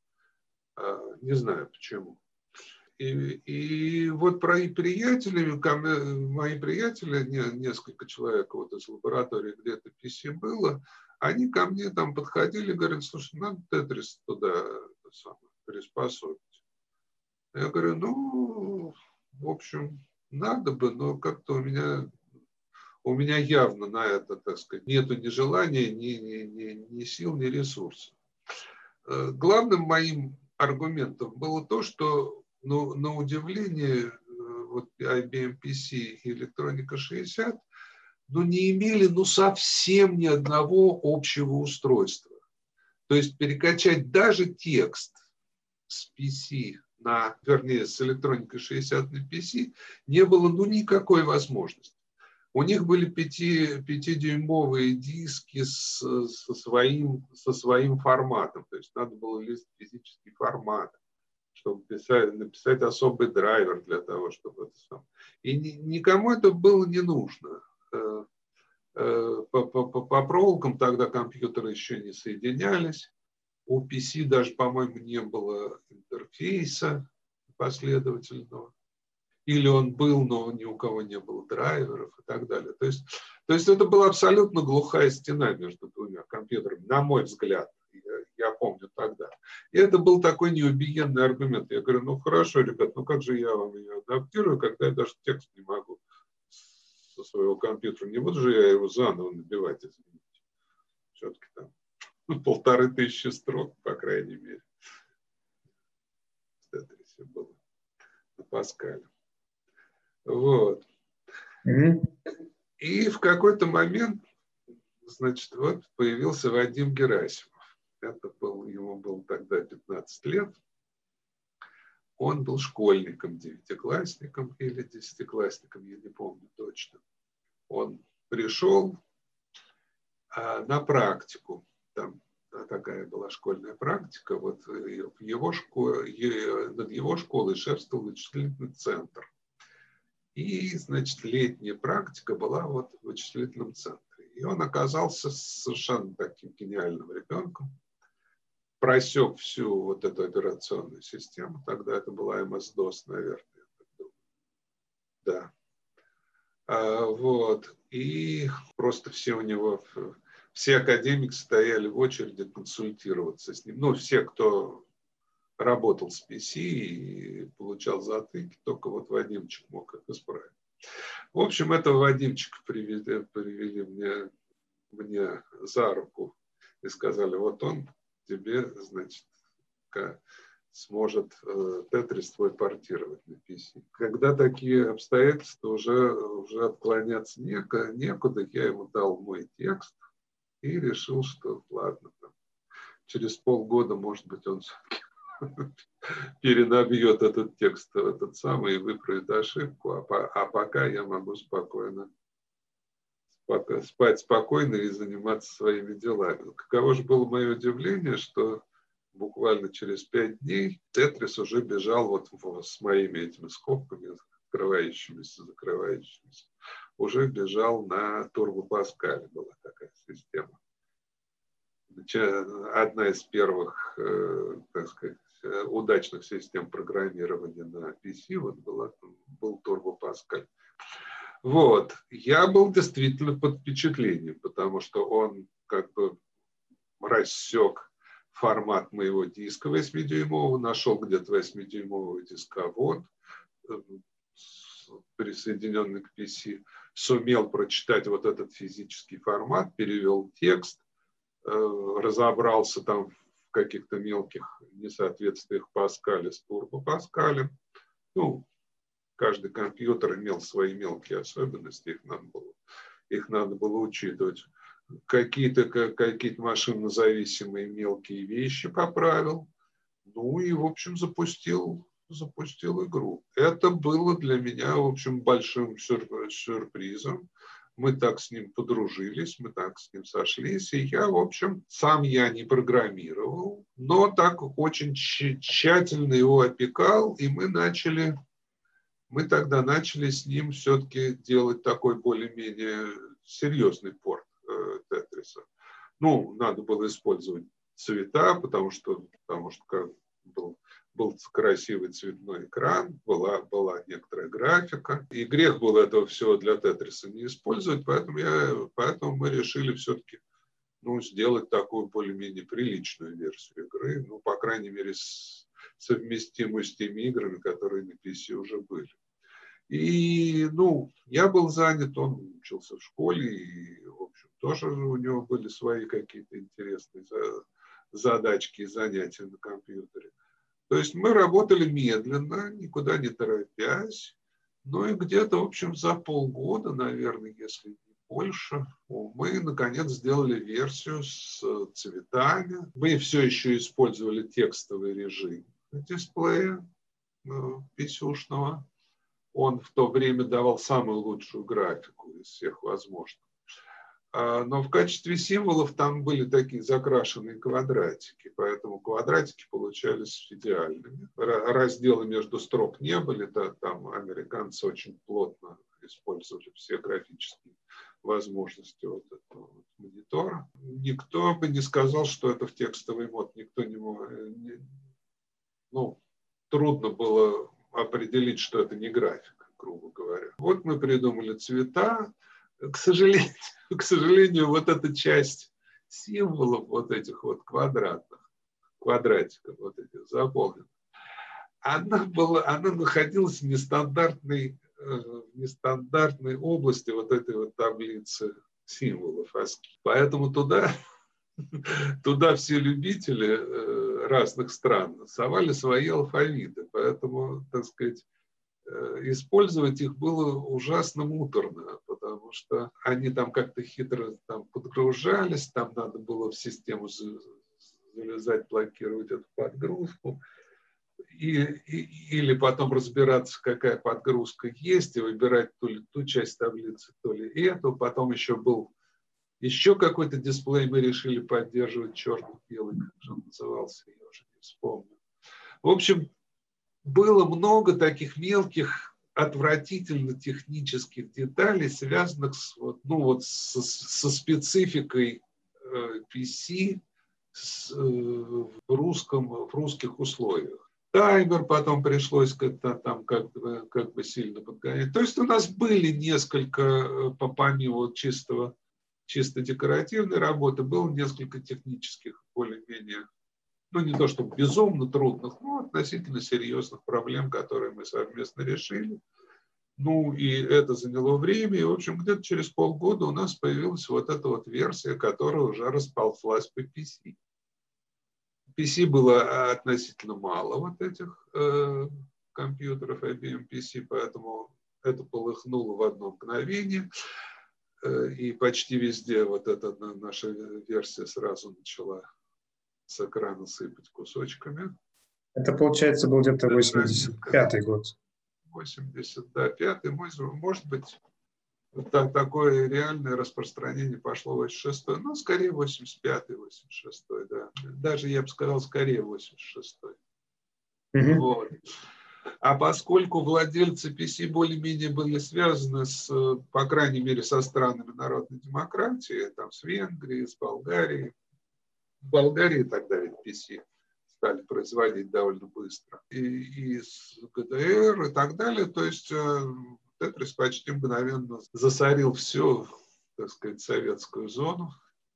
Не знаю почему. И, и вот про приятелями, мои приятели, несколько человек вот из лаборатории, где это пи си было, они ко мне там подходили и говорят: слушай, надо Тетрис туда самое, приспособить. Я говорю, ну, в общем, надо бы, но как-то у меня, у меня явно на это, так сказать, нету ни желания, ни, ни, ни, ни сил, ни ресурсов. Главным моим аргументом было то, что Но, на удивление, вот ай би эм пи си и электроника шестьдесят, ну, не имели ну, совсем ни одного общего устройства. То есть перекачать даже текст с пи си на, вернее, с электроникой шестьдесят на пи си не было ну, никакой возможности. У них были пяти, пятидюймовые диски с, со, своим, со своим форматом. То есть надо было лезть в физический формат, чтобы писать, написать особый драйвер для того, чтобы это сам. И ни, никому это было не нужно. По, по, по, по проволокам тогда компьютеры еще не соединялись. У пи си даже, по-моему, не было интерфейса последовательного. Или он был, но ни у кого не было драйверов и так далее. То есть, то есть это была абсолютно глухая стена между двумя компьютерами, на мой взгляд. Я помню тогда. И это был такой неубиенный аргумент. Я говорю, ну хорошо, ребят, ну как же я вам ее адаптирую, когда я даже текст не могу со своего компьютера. Не буду же я его заново набивать, извините. Все-таки там ну, полторы тысячи строк, по крайней мере. В Тетрисе было на Паскале. Вот. Mm-hmm. И в какой-то момент, значит, вот появился Вадим Герасимов. Это был, ему было тогда пятнадцать лет. Он был школьником, девятиклассником или десятиклассником, я не помню точно. Он пришел а, на практику. Там а, такая была школьная практика. Вот в его школе, над его школой шефствовал вычислительный центр. И, значит, летняя практика была вот в вычислительном центре. И он оказался совершенно таким гениальным ребенком. Просек всю вот эту операционную систему. Тогда это была эм эс дос, наверное. Да. А, вот. И просто все у него, все академики стояли в очереди консультироваться с ним. Ну, все, кто работал с пи си и получал затыки, только вот Вадимчик мог это исправить. В общем, этого Вадимчика привели, привели мне, мне за руку и сказали, вот он тебе, значит, сможет э, Тетрис твой портировать на пи си. Когда такие обстоятельства, уже, уже отклоняться неко, некуда, я ему дал мой текст и решил, что ладно, там, через полгода, может быть, он все-таки перенабьет этот текст, этот самый, и выправит ошибку, а, по, а пока я могу спокойно спать спокойно и заниматься своими делами. Каково же было мое удивление, что буквально через пять дней Тетрис уже бежал вот с моими этими скобками открывающимися, закрывающимися, уже бежал на Turbo Pascal. Была такая система. Одна из первых, так сказать, удачных систем программирования на пи си вот была, был Turbo Pascal. Вот. Я был действительно под впечатлением, потому что он как бы рассек формат моего диска восьмидюймового, нашел где-то восьмидюймовый дисковод, присоединенный к пи си, сумел прочитать вот этот физический формат, перевел текст, разобрался там в каких-то мелких несоответствиях Паскаля с Турбо Паскалем. Ну, каждый компьютер имел свои мелкие особенности, их надо было, их надо было учитывать. Какие-то какие-то машинозависимые мелкие вещи поправил. Ну и, в общем, запустил, запустил игру. Это было для меня, в общем, большим сюрпризом. Мы так с ним подружились, мы так с ним сошлись. И я, в общем, сам я не программировал, но так очень тщательно его опекал. И мы начали, мы тогда начали с ним все-таки делать такой более-менее серьезный порт э, Тетриса. Ну, надо было использовать цвета, потому что, потому что как был, был красивый цветной экран, была, была некоторая графика. И грех было этого всего для Тетриса не использовать, поэтому, я, поэтому мы решили все-таки ну, сделать такую более-менее приличную версию игры, ну, по крайней мере, с, совместимую с теми играми, которые на пи си уже были. И, ну, я был занят, он учился в школе, и, в общем, тоже у него были свои какие-то интересные задачки и занятия на компьютере. То есть мы работали медленно, никуда не торопясь, ну и где-то, в общем, за полгода, наверное, если не больше, мы, наконец, сделали версию с цветами. Мы все еще использовали текстовый режим дисплея пи си-шного. Он в то время давал самую лучшую графику из всех возможных. Но в качестве символов там были такие закрашенные квадратики, поэтому квадратики получались идеальными. Разделы между строк не были, да, там американцы очень плотно использовали все графические возможности вот этого вот монитора. Никто бы не сказал, что это в текстовый мод, никто не мог, не, ну, трудно было определить, что это не графика, грубо говоря. Вот мы придумали цвета. К сожалению, к сожалению, вот эта часть символов, вот этих вот квадратных, квадратиков, вот этих заполненных, она, была, она находилась в нестандартной, в нестандартной области вот этой вот таблицы символов ASCII. Поэтому туда, туда все любители разных стран совали свои алфавиты. Поэтому, так сказать, использовать их было ужасно муторно, потому что они там как-то хитро там подгружались, там надо было в систему залезать, блокировать эту подгрузку, и, и, или потом разбираться, какая подгрузка есть, и выбирать то ли ту часть таблицы, то ли эту. Потом еще был еще какой-то дисплей, мы решили поддерживать, черно-белый, как же он назывался, я уже не вспомню. В общем, было много таких мелких, отвратительно технических деталей, связанных с, вот, ну, вот со, со спецификой э, пи си с, э, в, русском, в русских условиях. Таймер потом пришлось как-то там как бы, как бы сильно подгонять. То есть у нас были несколько, помимо чистого, чисто декоративной работы, было несколько технических, более-менее, ну, не то чтобы безумно трудных, но относительно серьезных проблем, которые мы совместно решили. Ну, и это заняло время. И, в общем, где-то через полгода у нас появилась вот эта вот версия, которая уже расползлась по пи си. пи си было относительно мало вот этих э, компьютеров ай би эм пи си, поэтому это полыхнуло в одно мгновение. Э, и почти везде вот эта наша версия сразу начала с экрана сыпать кусочками. Это, получается, был где-то восемьдесят пятый год. восемьдесят пятый, может быть, так, такое реальное распространение пошло в восемьдесят шестой, но скорее восемьдесят пятый, восемьдесят шестой, да. Даже, я бы сказал, скорее восемьдесят шестой. Mm-hmm. Вот. А поскольку владельцы пи си более-менее были связаны, с, по крайней мере, со странами народной демократии, там, с Венгрией, с Болгарией, в Болгарии тогда ведь пи си стали производить довольно быстро, и, и с ГДР и так далее, то есть Тетрис почти мгновенно засорил всю, так сказать, советскую зону.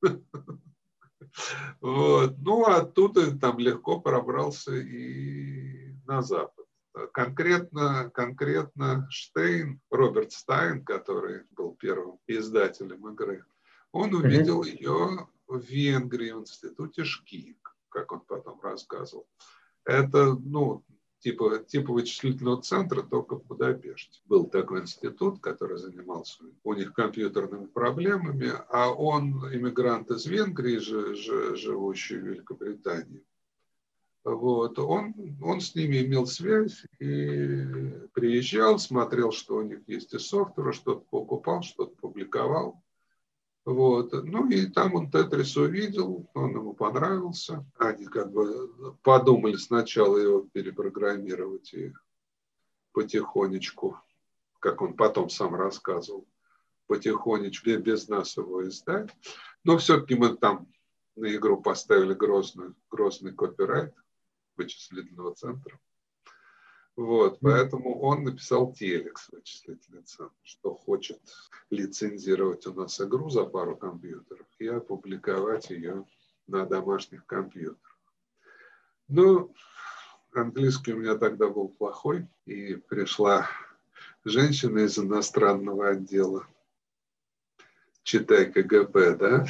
Вот. Ну, а оттуда там легко пробрался и на Запад. Конкретно, конкретно Штейн, Роберт Стайн, который был первым издателем игры, он увидел ее в Венгрии, в институте Шкик, как он потом рассказывал. Это, ну, типа, типа вычислительного центра, только в Будапеште. Был такой институт, который занимался у них компьютерными проблемами, а он иммигрант из Венгрии, ж, ж, живущий в Великобритании. Вот. Он, он с ними имел связь и приезжал, смотрел, что у них есть из софтвера, что-то покупал, что-то публиковал. Вот. Ну и там он Тетрис увидел, он ему понравился. Они как бы подумали сначала его перепрограммировать и потихонечку, как он потом сам рассказывал, потихонечку, без нас его издать. Но все-таки мы там на игру поставили грозный, грозный копирайт вычислительного центра. Вот, поэтому он написал телекс вычислительный центр, что хочет лицензировать у нас игру за пару компьютеров и опубликовать ее на домашних компьютерах. Ну, английский у меня тогда был плохой, и пришла женщина из иностранного отдела. Читай КГБ, да?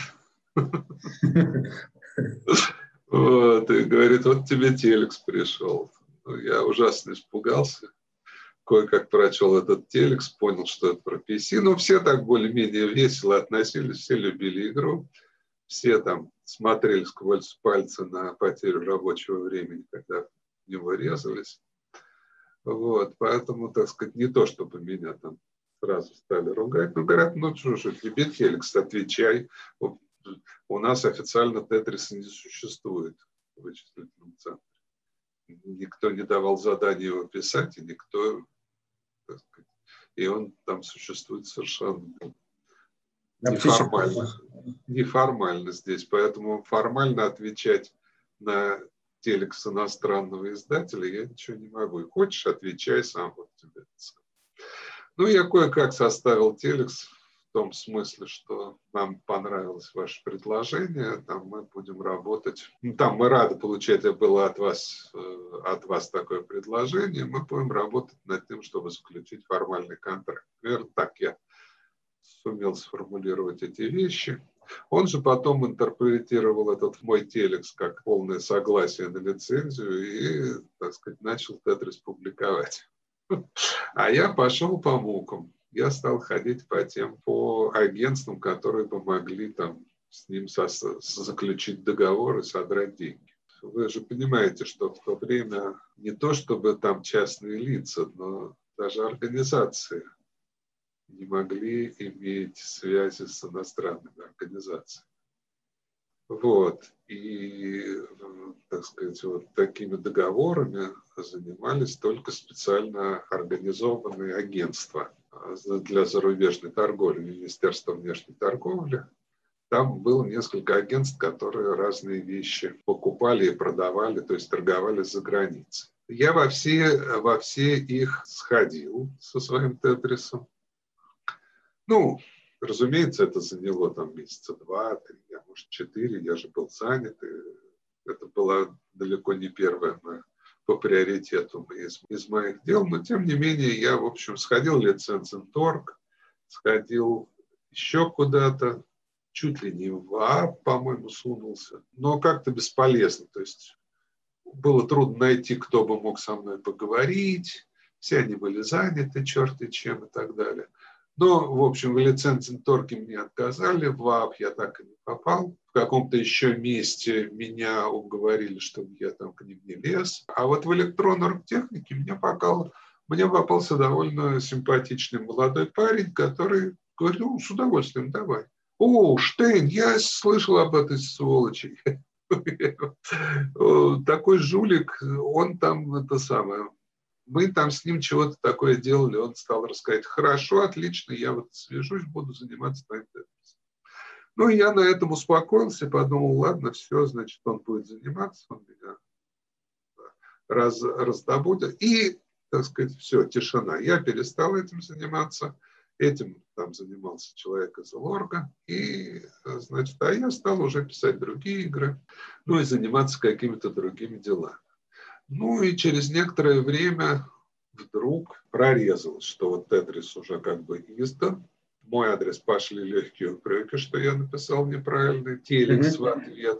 Вот, и говорит, вот тебе телекс пришел. Я ужасно испугался. Кое-как прочел этот телекс, понял, что это про пи си. Но все так более-менее весело относились, все любили игру. Все там смотрели сквозь пальцы на потерю рабочего времени, когда в него резались. Вот, поэтому, так сказать, не то, чтобы меня там сразу стали ругать. Но говорят, ну что же, тебе телекс, отвечай. У нас официально Тетриса не существует в вычислительном центре. Никто не давал задания его писать, и никто, так сказать, и он там существует совершенно неформально, неформально здесь. Поэтому формально отвечать на телекс иностранного издателя я ничего не могу. И хочешь, отвечай сам, вот тебе. Ну, я кое-как составил телекс в том смысле, что нам понравилось ваше предложение, там мы будем работать, ну, там мы рады получать, было от вас, от вас такое предложение, мы будем работать над тем, чтобы заключить формальный контракт. Наверное, так я сумел сформулировать эти вещи. Он же потом интерпретировал этот мой телекс как полное согласие на лицензию и, так сказать, начал Тетрис публиковать. А я пошел по мукам. Я стал ходить по тем, по агентствам, которые бы могли там с ним со, заключить договор и содрать деньги. Вы же понимаете, что в то время не то чтобы там частные лица, но даже организации не могли иметь связи с иностранными организациями. Вот. И, так сказать, вот такими договорами занимались только специально организованные агентства для зарубежной торговли, Министерство внешней торговли. Там было несколько агентств, которые разные вещи покупали и продавали, то есть торговали за границей. Я во все, во все их сходил со своим Тетрисом. Ну, разумеется, это заняло там месяца два, три, а может четыре, я же был занят. И это была далеко не первая по приоритету из, из моих дел, но тем не менее я, в общем, сходил в Лицензенторг, сходил еще куда-то, чуть ли не в ВААП, по-моему, сунулся, но как-то бесполезно, то есть было трудно найти, кто бы мог со мной поговорить, все они были заняты, черти чем и так далее. Но, в общем, в Лицензенторге мне отказали, в ВААП я так и не попал. В каком-то еще месте меня уговорили, чтобы я там к ним не лез. А вот в электронной оргтехнике мне, попал, мне попался довольно симпатичный молодой парень, который говорит, ну, с удовольствием, давай. О, Штейн, я слышал об этой сволочи. Такой жулик, он там это самое... мы там с ним чего-то такое делали, он стал рассказать: хорошо, отлично, я вот свяжусь, буду заниматься твоим тетрисом. Ну, я на этом успокоился, подумал, ладно, все, значит, он будет заниматься, он меня раз, раздобудет. И, так сказать, все, тишина. Я перестал этим заниматься. Этим там занимался человек из Лорга. И, значит, а я стал уже писать другие игры, ну и заниматься какими-то другими делами. Ну и через некоторое время вдруг прорезалось, что вот Тетрис уже как бы издан. В мой адрес пошли легкие упреки, что я написал неправильный телекс в ответ.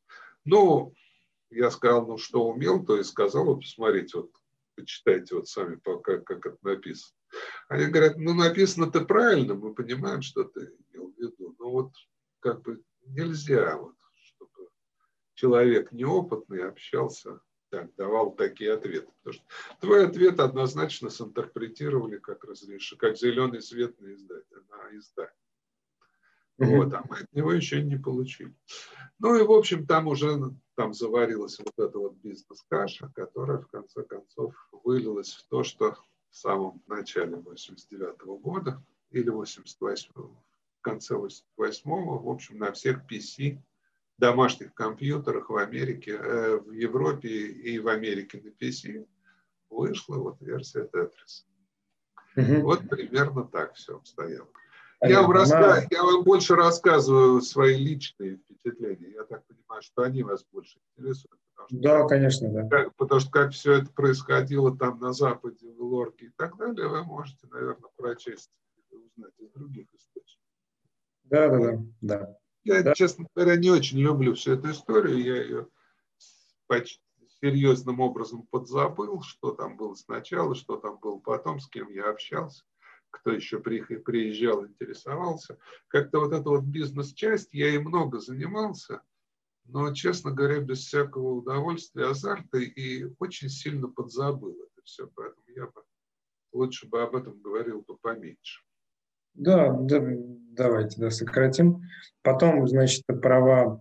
Ну, я сказал, ну что умел, то и сказал, вот посмотрите, вот почитайте вот сами, пока, как это написано. Они говорят, ну написано-то правильно, мы понимаем, что ты имел в виду, но вот как бы нельзя, вот, чтобы человек неопытный общался, так, давал такие ответы. Потому что твой ответ однозначно синтерпретировали как разреши, как зеленый свет на издание. На издание. Mm-hmm. Вот, а мы от него еще не получили. Ну и, в общем, там уже там заварилась вот эта вот бизнес-каша, которая, в конце концов, вылилась в то, что в самом начале восемьдесят девятого года или восемьдесят восьмого, в конце восемьдесят восьмого, в общем, на всех пи си, домашних компьютерах в Америке, э, в Европе и в Америке на пи си вышла вот версия Tetris. Mm-hmm. Вот примерно так все обстояло. Я вам, раска... я вам больше рассказываю свои личные впечатления. Я так понимаю, что они вас больше интересуют. Что, да, конечно, да. Как, потому что как все это происходило там на Западе, в Лорге и так далее, вы можете, наверное, прочесть и узнать из других источников. Да, да, да. да. Я, да. честно говоря, не очень люблю всю эту историю. Я ее почти серьезным образом подзабыл, что там было сначала, что там было потом, с кем я общался. Кто еще приезжал, интересовался. Как-то вот эта вот бизнес-часть, я и много занимался, но, честно говоря, без всякого удовольствия, азарта, и очень сильно подзабыл это все. Поэтому я бы лучше бы об этом говорил бы поменьше. Да, да, давайте, да, сократим. Потом, значит, права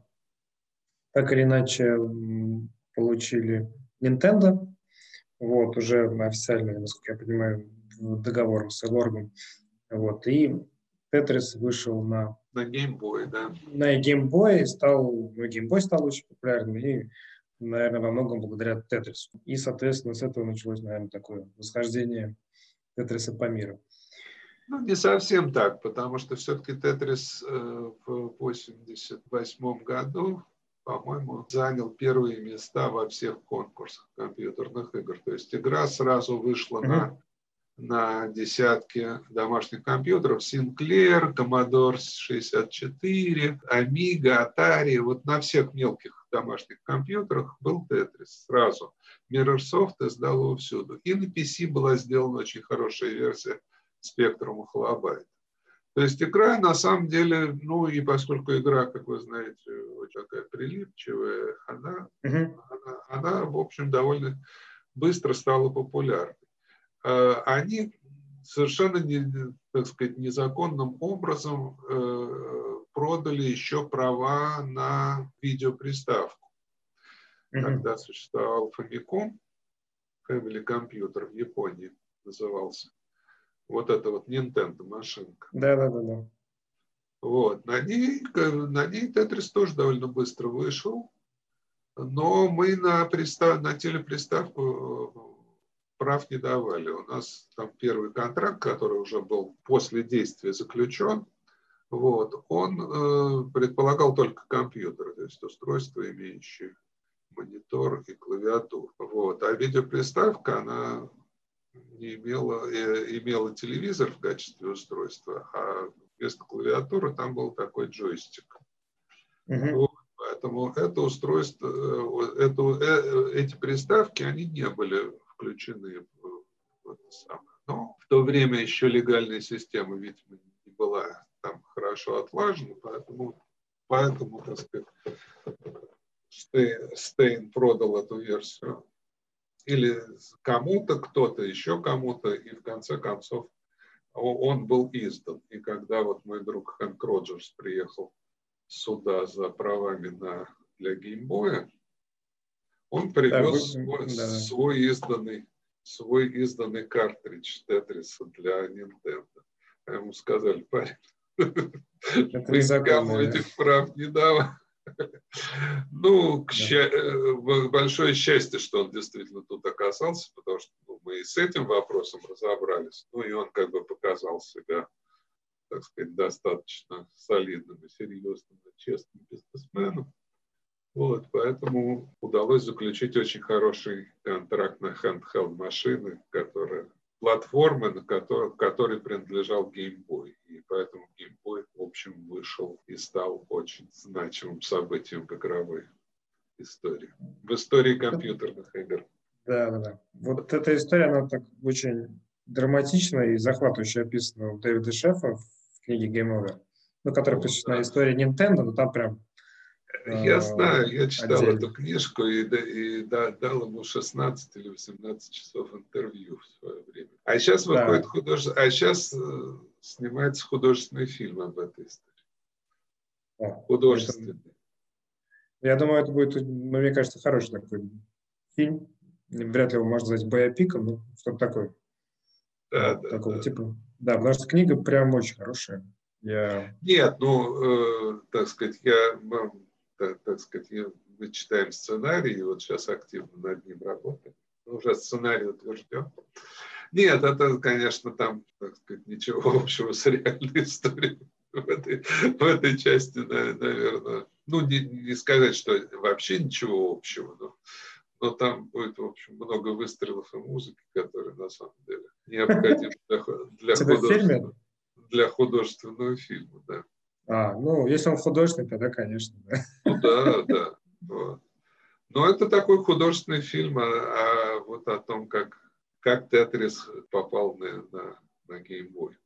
так или иначе получили Nintendo. Вот, уже официально, насколько я понимаю, договором с Лоргом. Вот, и Tetris вышел на... На Game Boy, да. На Game Boy стал... Ну, Game Boy стал очень популярным, и, наверное, во многом благодаря Tetris. И, соответственно, с этого началось, наверное, такое восхождение Tetris по миру. Ну, не совсем так, потому что все-таки Tetris э, в восемьдесят восьмом году, по-моему, занял первые места во всех конкурсах компьютерных игр. То есть игра сразу вышла mm-hmm. на, на десятки домашних компьютеров. Sinclair, Commodore шестьдесят четыре, Amiga, Atari. Вот на всех мелких домашних компьютерах был Tetris сразу. Mirrorsoft издал его всюду. И на пи си была сделана очень хорошая версия Spectrum Holobyte. То есть игра на самом деле, ну и поскольку игра, как вы знаете, очень такая прилипчивая, она, uh-huh. она, она, в общем, довольно быстро стала популярной. Они совершенно, не, так сказать, незаконным образом продали еще права на видеоприставку. Uh-huh. Тогда существовал Famicom, Family Computer в Японии назывался. Вот это вот Nintendo машинка. Да, да, да, да. Вот. На ней, на ней Tetris тоже довольно быстро вышел. Но мы на, пристав, на телеприставку прав не давали. У нас там первый контракт, который уже был после действия заключен, вот, он э, предполагал только компьютер, то есть устройство, имеющее монитор и клавиатуру. Вот. А видеоприставка, она не имела, э, имела телевизор в качестве устройства, а вместо клавиатуры там был такой джойстик. Uh-huh. Вот, поэтому это устройство, это, э, эти приставки, они не были включены в, в это самое. Но в то время еще легальная система, видимо, не была там хорошо отлажена, поэтому, поэтому так сказать, Стейн продал эту версию. Или кому-то, кто-то, еще кому-то, и в конце концов он был издан. И когда вот мой друг Хэнк Роджерс приехал сюда за правами на, для геймбоя, он привез да, вы... свой, да. свой изданный свой изданный картридж Тетриса для Nintendo. А ему сказали: парень, мы никому этих прав не давали. Ну, к ща... большое счастье, что он действительно тут оказался, потому что ну, мы и с этим вопросом разобрались. Ну, и он как бы показал себя, так сказать, достаточно солидным и серьезным, и честным бизнесменом. Вот, поэтому удалось заключить очень хороший контракт на handheld машины, которая, платформы, на которой, которой принадлежал Game Boy. И поэтому Game Boy, в общем, вышел и стал очень значимым событием в игровой истории. В истории компьютерных игр. Да, да, да. Вот эта история, она так очень драматично и захватывающе описана у Дэвида Шефа в книге Game Over, ну, которая посвящена истории Nintendo, но там прям Я знаю, я читал отдельно. эту книжку и, и да, дал ему шестнадцать или восемнадцать часов интервью в свое время. А сейчас выходит да. художественный, а сейчас э, снимается художественный фильм об этой истории. Да. Художественный. Это, я думаю, это будет, ну, мне кажется, хороший такой фильм. Вряд ли его можно назвать биопиком, но что-то такое. Да, вот, да, такого да. типа. Да, потому что книга прям очень хорошая. Я... Нет, ну, э, так сказать, я... Так, так сказать, мы читаем сценарий, и вот сейчас активно над ним работаем. Уже сценарий утвержден. Нет, это, конечно, там, так сказать, ничего общего с реальной историей в этой, в этой части, наверное. Ну, не, не сказать, что вообще ничего общего, но, но там будет, в общем, много выстрелов и музыки, которые, на самом деле, необходимы для, для, художественного, для художественного фильма, да. А, ну, если он художник, тогда, конечно, да. Ну да, да. Вот. Но это такой художественный фильм о, о, вот о том, как, как Тетрис попал на, на, на Game Boy.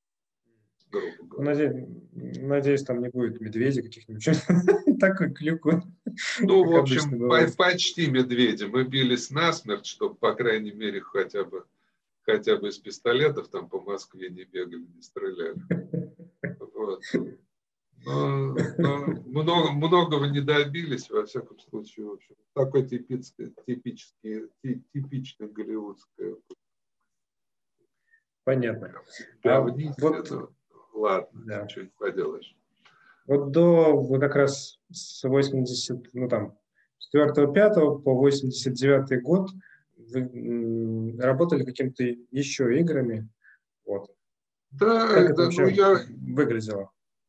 Надеюсь, надеюсь, там не будет медведей каких-нибудь. Такой клюквы. Ну, в общем, почти медведи. Мы бились насмерть, чтобы, по крайней мере, хотя бы, хотя бы из пистолетов там по Москве не бегали, не стреляли. Вот. Но, но много, многого не добились, во всяком случае, в общем. Такой типический, типический, типичный голливудское. Понятно. Говнище, а вот, ну, ладно, да. Ничего не поделаешь. Вот до вот как раз с восьмидесятого, ну там, четвёртого пятого по восемьдесят девятый год вы работали какими-то еще играми. Вот. Да, как это да, вообще ну я... выглядело?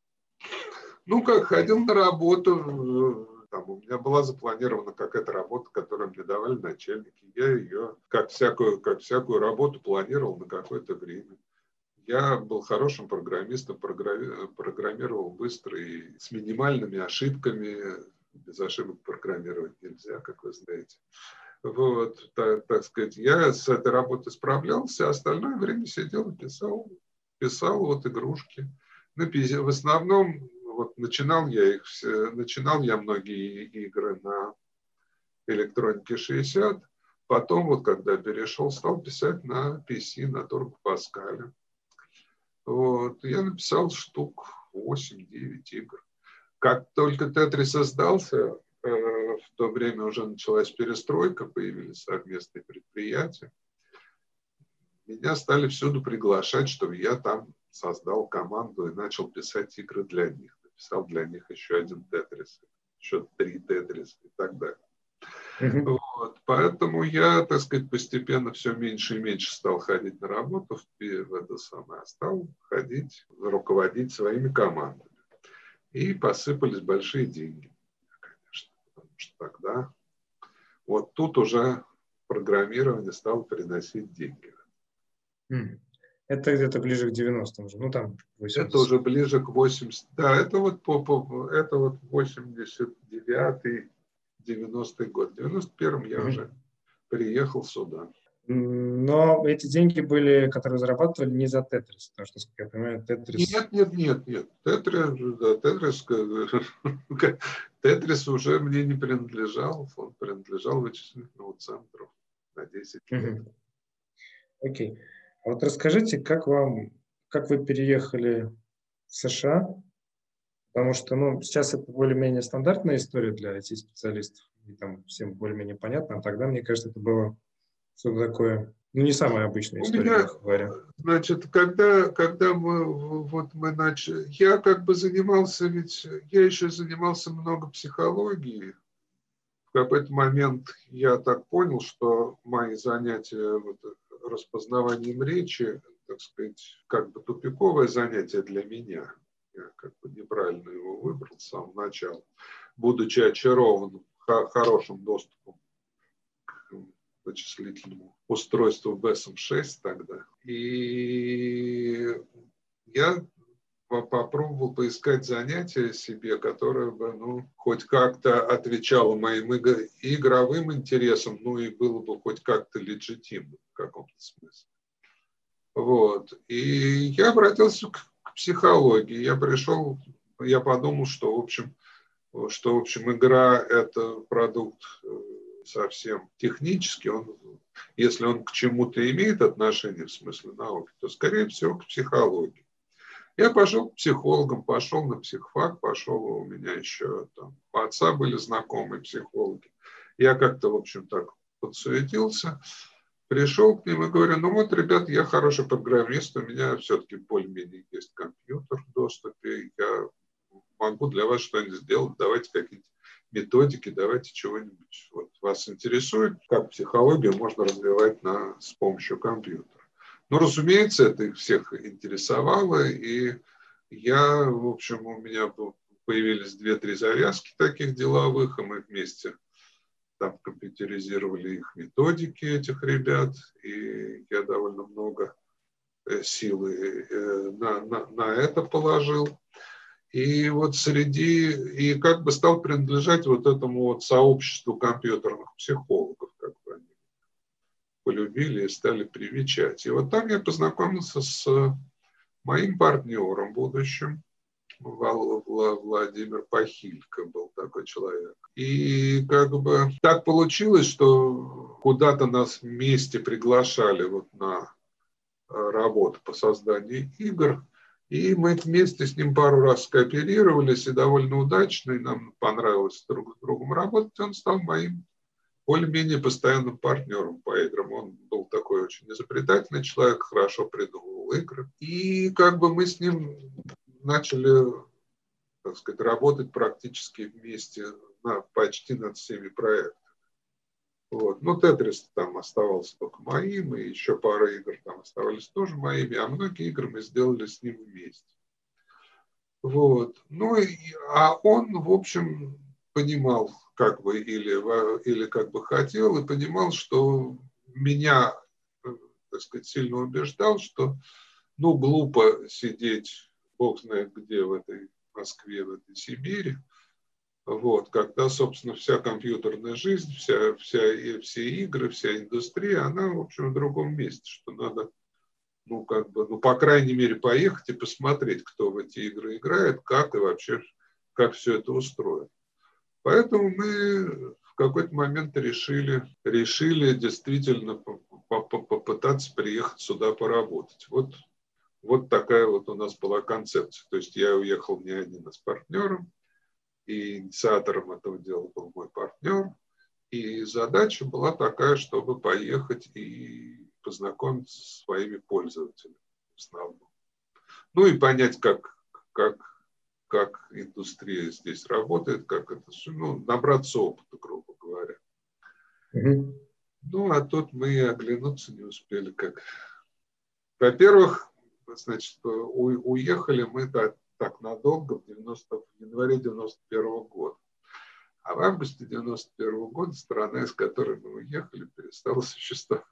Ну, как, ходил на работу, там, у меня была запланирована какая-то работа, которую мне давали начальники. Я ее, как всякую, как всякую работу, планировал на какое-то время. Я был хорошим программистом, программировал быстро и с минимальными ошибками. Без ошибок программировать нельзя, как вы знаете. Вот, так, так сказать, я с этой работой справлялся, а остальное время сидел и писал, писал вот игрушки. В основном вот начинал я их все, начинал я многие игры на электронике шестьдесят, потом вот когда перешел, стал писать на пи си, на Turbo Pascal. Вот, я написал штук восемь-девять игр. Как только Тетрис создался, э, в то время уже началась перестройка, появились совместные предприятия. Меня стали всюду приглашать, чтобы я там создал команду и начал писать игры для них. Написал для них еще один Тетрис, еще три Тетриса и так далее. Mm-hmm. Вот. Поэтому я, так сказать, постепенно все меньше и меньше стал ходить на работу в, в это самое, стал ходить, руководить своими командами. И посыпались большие деньги, конечно, потому что тогда вот тут уже программирование стало приносить деньги. Mm. Это где-то ближе к девяностым уже, ну там восемьдесят. Это уже ближе к восьмидесятым. Да, это вот, по, по, это вот восемьдесят девятый, девяностый год. В девяносто первом я mm-hmm. уже приехал сюда. Но эти деньги были, которые зарабатывали, не за Тетрис, потому что, как я понимаю, Тетрис... Нет, нет, нет, нет. Тетрис, да, Тетрис, Тетрис уже мне не принадлежал, он принадлежал вычислительному центру на десять лет. Окей. Okay. А вот расскажите, как вам, как вы переехали в США, потому что, ну, сейчас это более-менее стандартная история для ай ти-специалистов, и там всем более-менее понятно, а тогда, мне кажется, это было что-то такое Ну, не самая обычная У история, меня, мягко говоря. значит, когда, когда мы, вот мы начали, я как бы занимался, ведь я еще занимался много психологией. В какой-то момент я так понял, что мои занятия вот, распознаванием речи, так сказать, как бы тупиковое занятие для меня. Я как бы неправильно его выбрал с самого начала, будучи очарован хорошим доступом к вычислительному устройству бэ эс эм шесть тогда. И я попробовал поискать занятие себе, которое бы, ну, хоть как-то отвечало моим игровым интересам, ну и было бы хоть как-то легитимным в каком-то смысле. Вот. И я обратился к, к психологии. Я пришел, я подумал, что, в общем, что, в общем, игра – это продукт совсем технический. Он, если он к чему-то имеет отношение, в смысле науки, то, скорее всего, к психологии. Я пошел к психологам, пошел на психфак, пошел, у меня еще там, у отца были знакомые психологи. Я как-то, в общем, так подсуетился, пришел к ним и говорю, ну вот, ребят, я хороший программист, у меня все-таки более-менее есть компьютер в доступе, я могу для вас что-нибудь сделать, давайте какие-то методики, давайте чего-нибудь. Вот вас интересует, как психологию можно развивать на, с помощью компьютера. Ну, разумеется, это их всех интересовало, и я, в общем, у меня появились две-три завязки таких деловых, и мы вместе там компьютеризировали их методики, этих ребят, и я довольно много силы на, на, на это положил. И вот среди, и как бы стал принадлежать вот этому вот сообществу компьютерных психологов, как бы они полюбили и стали привечать. И вот там я познакомился с моим партнером будущим, Владимир Пахилько был такой человек. И как бы так получилось, что куда-то нас вместе приглашали вот на работу по созданию игр. И мы вместе с ним пару раз скооперировались, и довольно удачно, и нам понравилось друг с другом работать. Он стал моим более-менее постоянным партнером по играм. Он был такой очень изобретательный человек, хорошо придумывал игры. И как бы мы с ним начали, так сказать, работать практически вместе на, почти над всеми проектами. Вот. Ну, Тетрис там оставался только моим, и еще пара игр там оставались тоже моими, а многие игры мы сделали с ним вместе. Вот. Ну, и, а он, в общем, понимал, как бы, или, или как бы хотел, и понимал, что меня, так сказать, сильно убеждал, что, ну, глупо сидеть, бог знает где, в этой Москве, в этой Сибири, вот, когда, собственно, вся компьютерная жизнь, вся, вся, все игры, вся индустрия, она, в общем, в другом месте, что надо, ну, как бы, ну, по крайней мере, поехать и посмотреть, кто в эти игры играет, как и вообще, как все это устроено. Поэтому мы в какой-то момент решили, решили действительно попытаться приехать сюда поработать. Вот, вот такая вот у нас была концепция. То есть я уехал не один, а с партнером, и инициатором этого дела был мой партнер. И задача была такая, чтобы поехать и познакомиться со своими пользователями в основном. Ну и понять, как, как, как индустрия здесь работает, как это, ну, набраться опыта, грубо говоря. Mm-hmm. Ну, а тут мы оглянуться не успели. Как... Во-первых, значит, уехали мы так, так надолго в, девяностом, в январе девяносто первого года. А в августе девяносто первого года страна, из которой мы уехали, перестала существовать.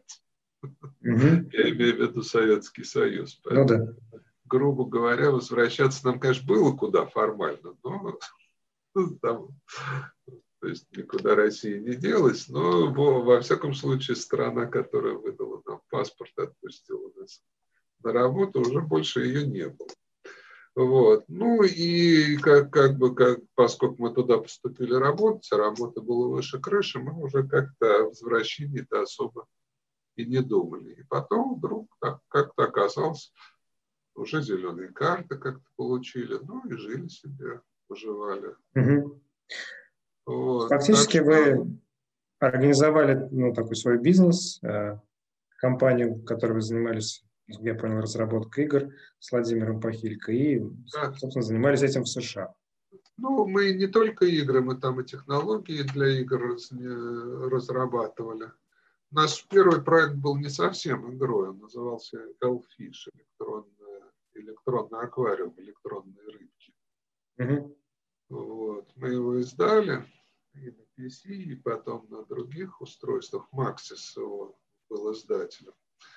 Mm-hmm. Я имею в виду Советский Союз. Поэтому, ну, да. Грубо говоря, возвращаться нам, конечно, было куда формально, но там, то есть никуда Россия не делась, но во всяком случае страна, которая выдала нам паспорт, отпустила нас на работу, уже больше ее не было. Вот. Ну и как, как бы, как, поскольку мы туда поступили работать, а работа была выше крыши, мы уже как-то о возвращении-то особо и не думали. И потом вдруг так, как-то оказалось, уже зеленые карты как-то получили, ну и жили себе, поживали. Угу. Вот. Фактически так что... вы организовали, ну, такой свой бизнес, компанию, которой вы занимались, я понял, разработкой игр с Владимиром Пахилько, и, Да. собственно, занимались этим в США. Ну, мы не только игры, мы там и технологии для игр разрабатывали. Наш первый проект был не совсем игрой, он назывался L-Fish, электронный, электронный аквариум, электронные рыбки. Угу. Вот. Мы его издали и на пи си, и потом на других устройствах. Maxis его был издателем.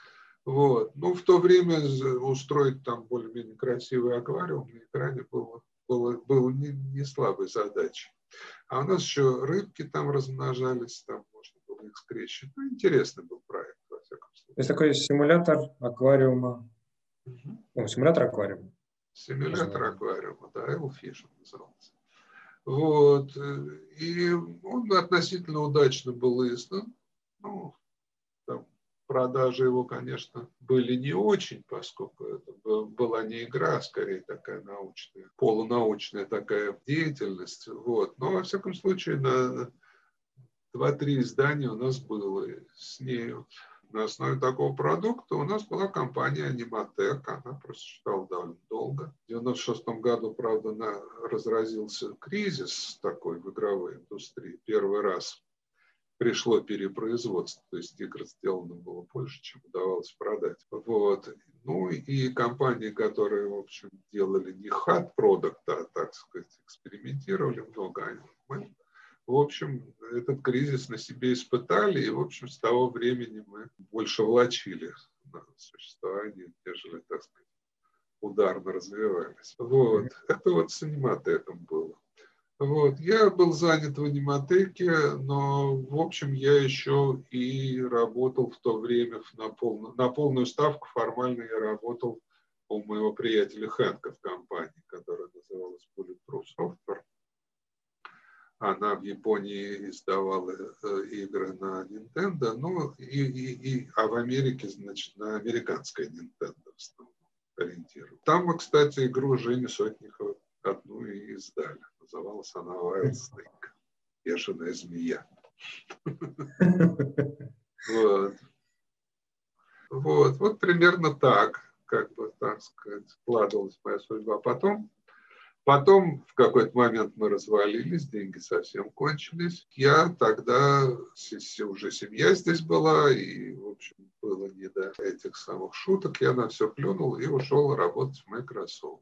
Вот. Ну, в то время устроить там более-менее красивый аквариум на экране было, было, было не, не слабой задачей. А у нас еще рыбки там размножались, там можно было их скрещивать. Ну, интересный был проект, во всяком случае. То есть такой симулятор аквариума. Угу. О, симулятор аквариума. Симулятор аквариума, да, L-Fish назывался. Вот. И он относительно удачно был издан. Ну, там продажи его, конечно, были не очень, поскольку это была не игра, а скорее такая научная, полунаучная такая деятельность. Вот. Но, во всяком случае, на два-три издания у нас было с нею. На основе такого продукта у нас была компания Аниматек, она просуществовала довольно долго. В девяносто шестом году, правда, на, разразился кризис такой в игровой индустрии. Первый раз пришло перепроизводство, то есть игр сделано было больше, чем удавалось продать. Вот. Ну и компании, которые, в общем, делали не хат-продукт, а, так сказать, экспериментировали много. Мы, в общем, этот кризис на себе испытали, и, в общем, с того времени мы больше влачили на существование, нежели, так сказать, ударно развивались. Вот. Это вот с Аниматеком было. Вот. Я был занят в Аниматеке, но, в общем, я еще и работал в то время на, полную, на полную ставку. Формально я работал у моего приятеля Хэнка в компании, которая называлась Bulletproof Software. Она в Японии издавала э, игры на Nintendo, ну, и, и, и, а в Америке, значит, на американской Nintendo в основном ориентировалась. Там мы, кстати, игру Жени Сотникова одну и издали. Называлась она Wild Snake, бешеная змея. Вот. Вот. Вот примерно так, как бы, так сказать, складывалась моя судьба. Потом Потом в какой-то момент мы развалились, деньги совсем кончились. Я тогда, уже семья здесь была, и, в общем, было не до этих самых шуток. Я на все плюнул и ушел работать в Microsoft.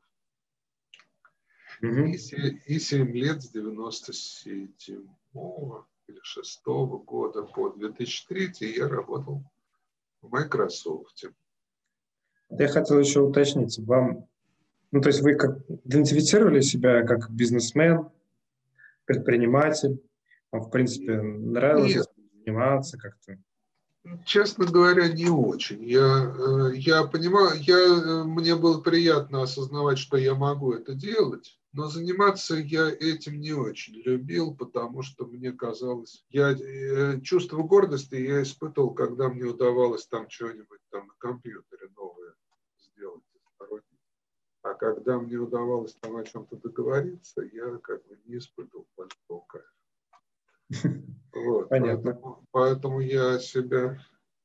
Mm-hmm. И, и семь лет с девяносто седьмого или шестого года по две тысячи третий я работал в Microsoft. Я хотел еще уточнить, вам... Ну, то есть вы как идентифицировали себя как бизнесмен, предприниматель? Вам, в принципе, нравилось Нет. заниматься как-то? Честно говоря, не очень. Я, я понимаю, я, мне было приятно осознавать, что я могу это делать, но заниматься я этим не очень любил, потому что мне казалось, я, чувство гордости я испытывал, когда мне удавалось там что-нибудь там на компьютере новое сделать. А когда мне удавалось там о чем-то договориться, я как бы не испытывал большого кайфа. Вот, поэтому, поэтому я себя,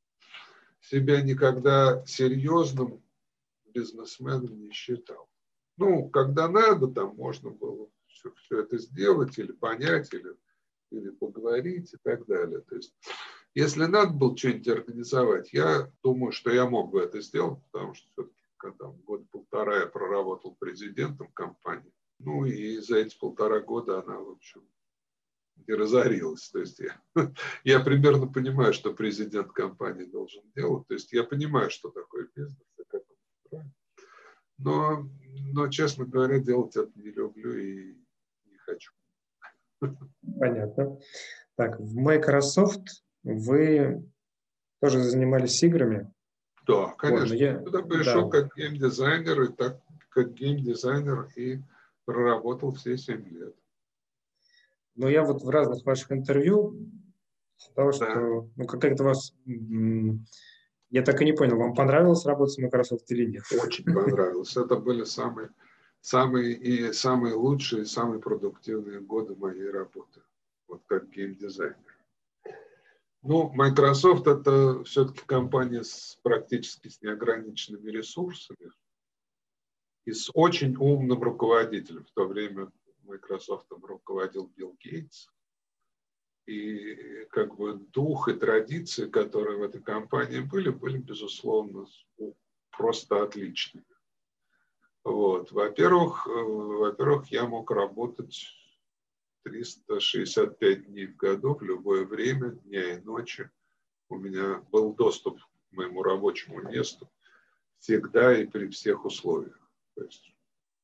себя никогда серьезным бизнесменом не считал. Ну, когда надо, там можно было все, все это сделать, или понять, или, или поговорить и так далее. То есть, если надо было что-нибудь организовать, я думаю, что я мог бы это сделать, потому что все-таки когда год полтора я проработал президентом компании. Ну и за эти полтора года она, в общем, не разорилась. То есть я, я примерно понимаю, что президент компании должен делать. То есть я понимаю, что такое бизнес и как он устроен. Но, но, честно говоря, делать это не люблю и не хочу. Понятно. Так, в Microsoft вы тоже занимались играми? Да, конечно. Вот, я туда пришел да. как геймдизайнер, и так как геймдизайнер и проработал все семь лет. Но я вот в разных ваших интервью того, что да. ну, как-то вас, я так и не понял, вам понравилось работать в Microsoft или нет? Очень понравилось. Это были самые, самые, и самые лучшие, самые продуктивные годы моей работы, вот как геймдизайнер. Ну, Microsoft – это все-таки компания с практически с неограниченными ресурсами и с очень умным руководителем. В то время Microsoft руководил Билл Гейтс. И как бы дух и традиции, которые в этой компании были, были, безусловно, просто отличными. Вот. Во-первых, во-первых, я мог работать триста шестьдесят пять дней в году, в любое время, дня и ночи. У меня был доступ к моему рабочему месту всегда и при всех условиях. То есть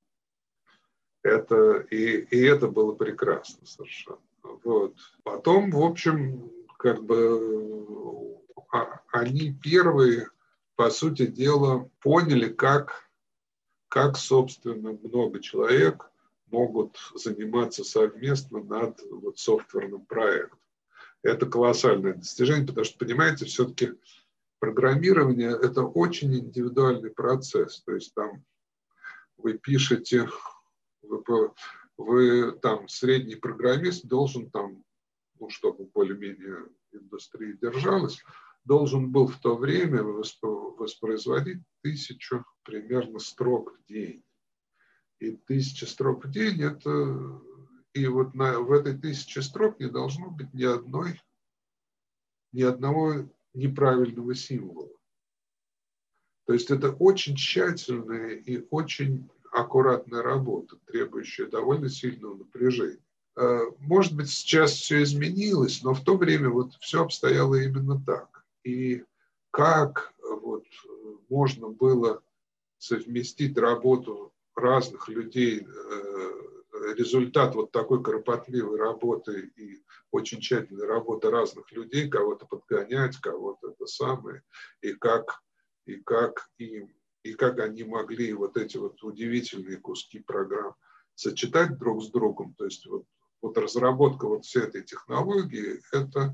это, и, и это было прекрасно совершенно. Вот. Потом, в общем, как бы они первые, по сути дела, поняли, как, как собственно, много человек могут заниматься совместно над вот, софтверным проектом. Это колоссальное достижение, потому что, понимаете, все-таки программирование – это очень индивидуальный процесс. То есть там вы пишете, вы, вы там средний программист должен там, ну, чтобы более-менее индустрия держалась, должен был в то время воспроизводить тысячу примерно строк в день. И тысяча строк в день – это… И вот на, в этой тысяче строк не должно быть ни одной, ни одного неправильного символа. То есть это очень тщательная и очень аккуратная работа, требующая довольно сильного напряжения. Может быть, сейчас все изменилось, но в то время вот все обстояло именно так. И как вот можно было совместить работу разных людей, результат вот такой кропотливой работы и очень тщательной работы разных людей, кого-то подгонять, кого-то это самое, и как, и как им, и как они могли вот эти вот удивительные куски программ сочетать друг с другом. То есть вот, вот разработка вот всей этой технологии, это,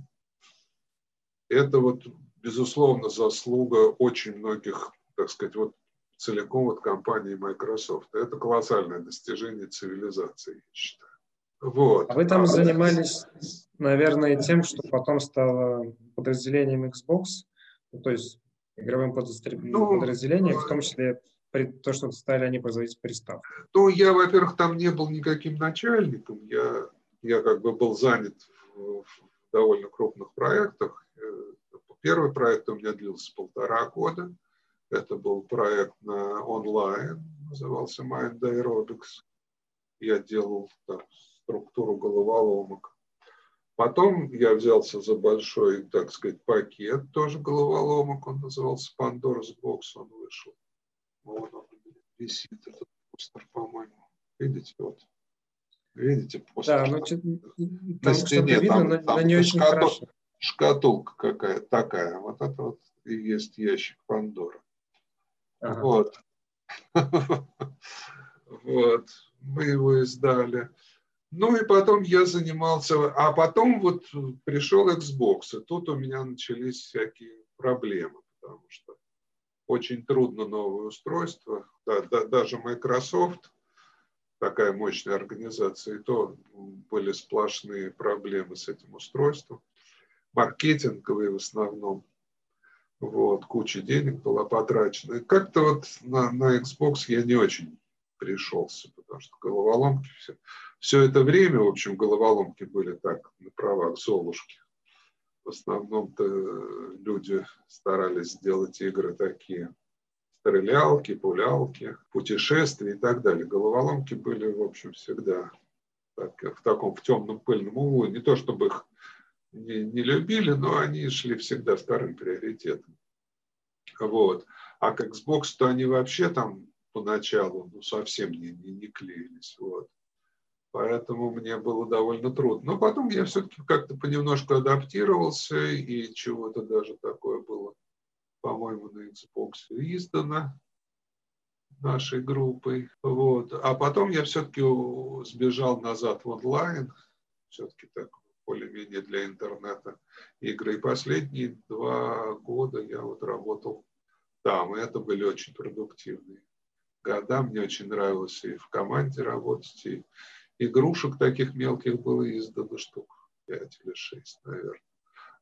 это вот безусловно заслуга очень многих, так сказать, вот целиком от компании Microsoft. Это колоссальное достижение цивилизации, я считаю. Вот. А вы там а занимались, наверное, тем, что потом стало подразделением Xbox, ну, то есть игровым подразделением, ну, в том числе то, что стали они производить приставку. Ну, я, во-первых, там не был никаким начальником. Я, я как бы был занят в, в довольно крупных проектах. Первый проект у меня длился полтора года. Это был проект на онлайн, назывался Mind Aerobics. Я делал там структуру головоломок. Потом я взялся за большой, так сказать, пакет, тоже головоломок. Он назывался Pandora's Box, он вышел. Вон он висит, этот постер, по-моему. Видите, вот. Видите постер? Да, ну, на стене, видно, там, но, там но не очень шкатул, хорошо. Шкатулка какая-то такая. Вот это вот и есть ящик Пандоры. Ага. Вот. Вот. Мы его издали. Ну и потом я занимался, а потом вот пришел Xbox, и тут у меня начались всякие проблемы, потому что очень трудно новое устройство, да, да, даже Microsoft, такая мощная организация, и то были сплошные проблемы с этим устройством, маркетинговые в основном, вот, куча денег была потрачена. И как-то вот на, на Xbox я не очень пришелся, потому что головоломки все, все это время, в общем, головоломки были так на правах Золушки. В основном-то люди старались сделать игры такие, стрелялки, пулялки, путешествия и так далее. Головоломки были, в общем, всегда так, в таком в темном пыльном углу. Не то, чтобы их не, не любили, но они шли всегда вторым приоритетом. Вот. А к Xbox, то они вообще там поначалу ну, совсем не, не, не клеились. Вот. Поэтому мне было довольно трудно. Но потом я все-таки как-то понемножку адаптировался, и чего-то даже такое было, по-моему, на Xbox издано нашей группой. Вот. А потом я все-таки сбежал назад в онлайн, все-таки так более-менее для интернета игры. И последние два года я вот работал там, и это были очень продуктивные года. Мне очень нравилось и в команде работать, и игрушек таких мелких было издано штук пять или шесть, наверное.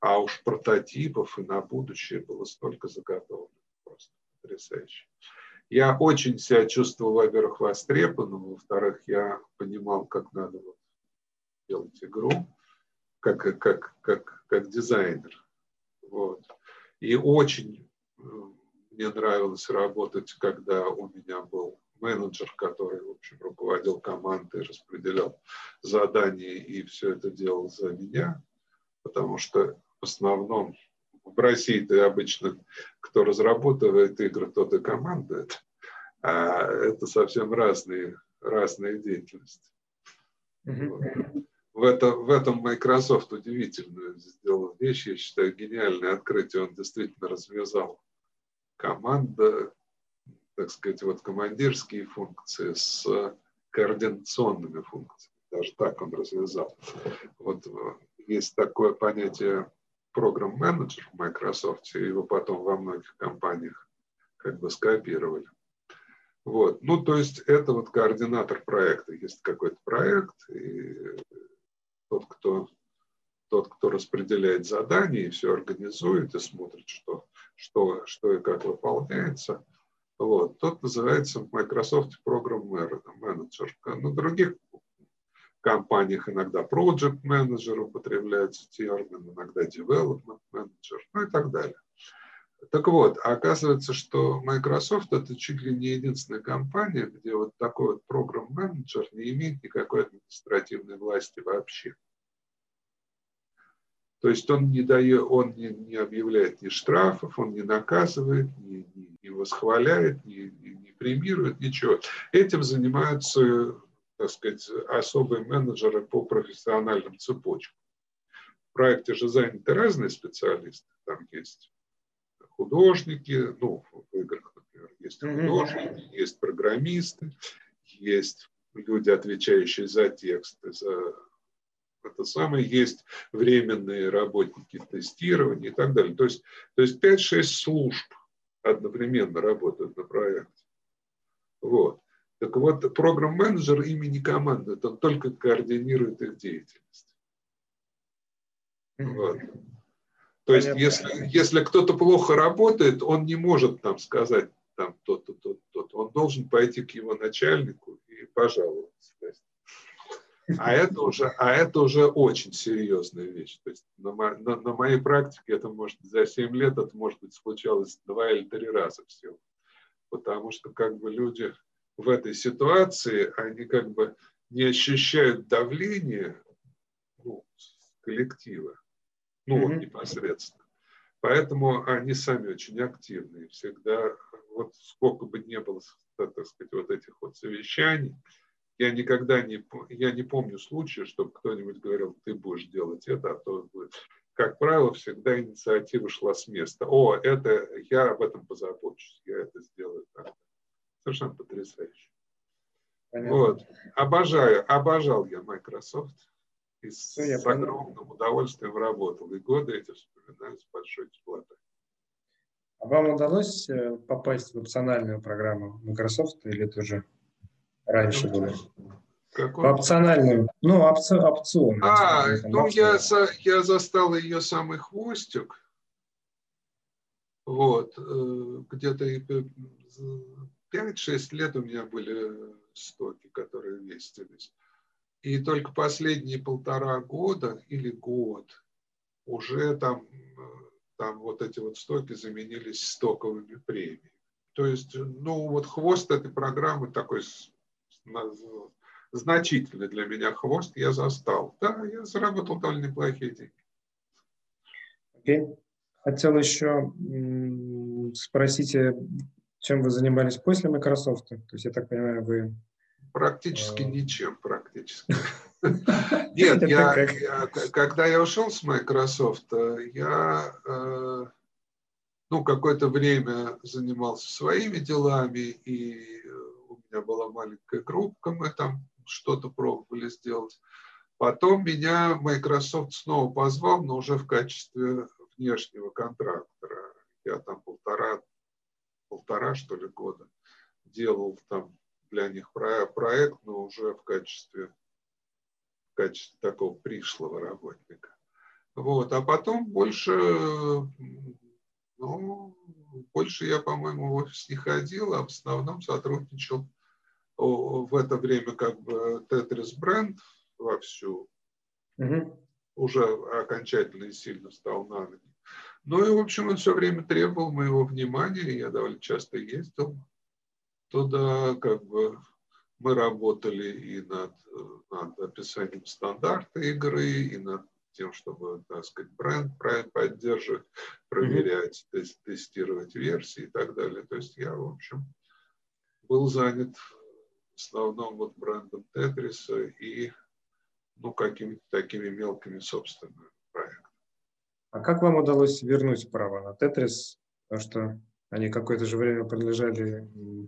А уж прототипов и на будущее было столько заготовлено. Просто потрясающе. Я очень себя чувствовал, во-первых, востребованным, во-вторых, я понимал, как надо вот делать игру, как, как, как, как дизайнер. Вот. И очень мне нравилось работать, когда у меня был менеджер, который, в общем, руководил командой, распределял задания и все это делал за меня, потому что в основном в России-то обычно, кто разрабатывает игры, тот и командует, а это совсем разные, разные деятельности. Mm-hmm. Вот. В, это, в этом Microsoft удивительную сделал вещь, я считаю, гениальное открытие. Он действительно развязал команда, так сказать, вот командирские функции с координационными функциями. Даже так он развязал. Вот есть такое понятие программ-менеджер в Microsoft, и его потом во многих компаниях как бы скопировали. Вот. Ну, то есть это вот координатор проекта. Есть какой-то проект, и тот, кто, тот, кто распределяет задания и все организует, и смотрит, что, что, что и как выполняется, вот, тот называется в Microsoft программ-менеджер. На других компаниях иногда project manager употребляется термин, иногда development manager, ну и так далее. Так вот, оказывается, что Microsoft это чуть ли не единственная компания, где вот такой вот программ-менеджер не имеет никакой административной власти вообще. То есть он не дает, он не, не объявляет ни штрафов, он не наказывает, не, не, не восхваляет, не, не, не премирует, ничего. Этим занимаются, так сказать, особые менеджеры по профессиональным цепочкам. В проекте же заняты разные специалисты. Там есть художники, ну, в играх, например, есть художники, mm-hmm. есть программисты, есть люди, отвечающие за тексты, за это самое, есть временные работники тестирования и так далее. То есть, то есть пять-шесть служб одновременно работают на проекте. Вот. Так вот, программ-менеджер ими не командует, он только координирует их деятельность. Вот. То есть, если, если кто-то плохо работает, он не может там сказать там то-то, то-то, то-то. Он должен пойти к его начальнику и пожаловаться. А это уже, а это уже очень серьезная вещь. То есть на, на, на моей практике это может за семь лет, это может быть случалось два или три раза всего. Потому что как бы люди в этой ситуации, они как бы не ощущают давления, ну, коллектива. Ну, mm-hmm. вот непосредственно. Поэтому они сами очень активные. Всегда, вот сколько бы ни было, так сказать, вот этих вот совещаний, я никогда не, я не помню случая, чтобы кто-нибудь говорил, ты будешь делать это, а то будет. Как правило, всегда инициатива шла с места. О, это, я об этом позабочусь, я это сделаю. Совершенно потрясающе. Понятно. Вот. Обожаю, обожал я Microsoft. И с, с огромным удовольствием работал. И годы эти вспоминаю с большой теплотой. А вам удалось попасть в опциональную программу Microsoft или это уже раньше было? Какой? По опциональным, ну, опци, опцион. А, ну, я, за, я застал ее самый хвостик. Вот. Где-то пять-шесть лет у меня были стоки, которые вестились. И только последние полтора года или год уже там, там вот эти вот стоки заменились стоковыми премиями. То есть, ну вот хвост этой программы такой значительный для меня хвост я застал. Да, я заработал довольно неплохие деньги. Окей. Okay. Хотел еще м- спросить, чем вы занимались после Microsoft? То есть, я так понимаю, вы... Практически ничем, практически. Нет, я, я, когда я ушел с Microsoft, я ну, какое-то время занимался своими делами, и у меня была маленькая группа, мы там что-то пробовали сделать. Потом меня Microsoft снова позвал, но уже в качестве внешнего контрактора. Я там полтора, полтора что ли, года делал там для них проект, но уже в качестве, в качестве такого пришлого работника. Вот. А потом больше, ну, больше я, по-моему, в офис не ходил, а в основном сотрудничал в это время как бы Tetris бренд вовсю. Угу. Уже окончательно и сильно стал на ноги. Ну и, в общем, он все время требовал моего внимания. Я довольно часто ездил туда, как бы мы работали и над, над описанием стандарта игры, и над тем, чтобы, так сказать, бренд поддерживать, проверять, mm-hmm. тестировать версии и так далее. То есть я, в общем, был занят в основном вот брендом Тетриса и, ну, какими-то такими мелкими собственными проектами. А как вам удалось вернуть право на Тетрис? Потому что они какое-то же время принадлежали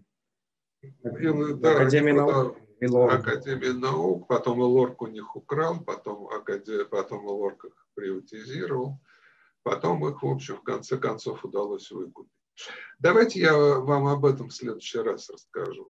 да, Академии наук. Академии наук, потом Элорк у них украл, потом, Академ... потом Элорк их приватизировал, потом их, в общем, в конце концов удалось выкупить. Давайте я вам об этом в следующий раз расскажу.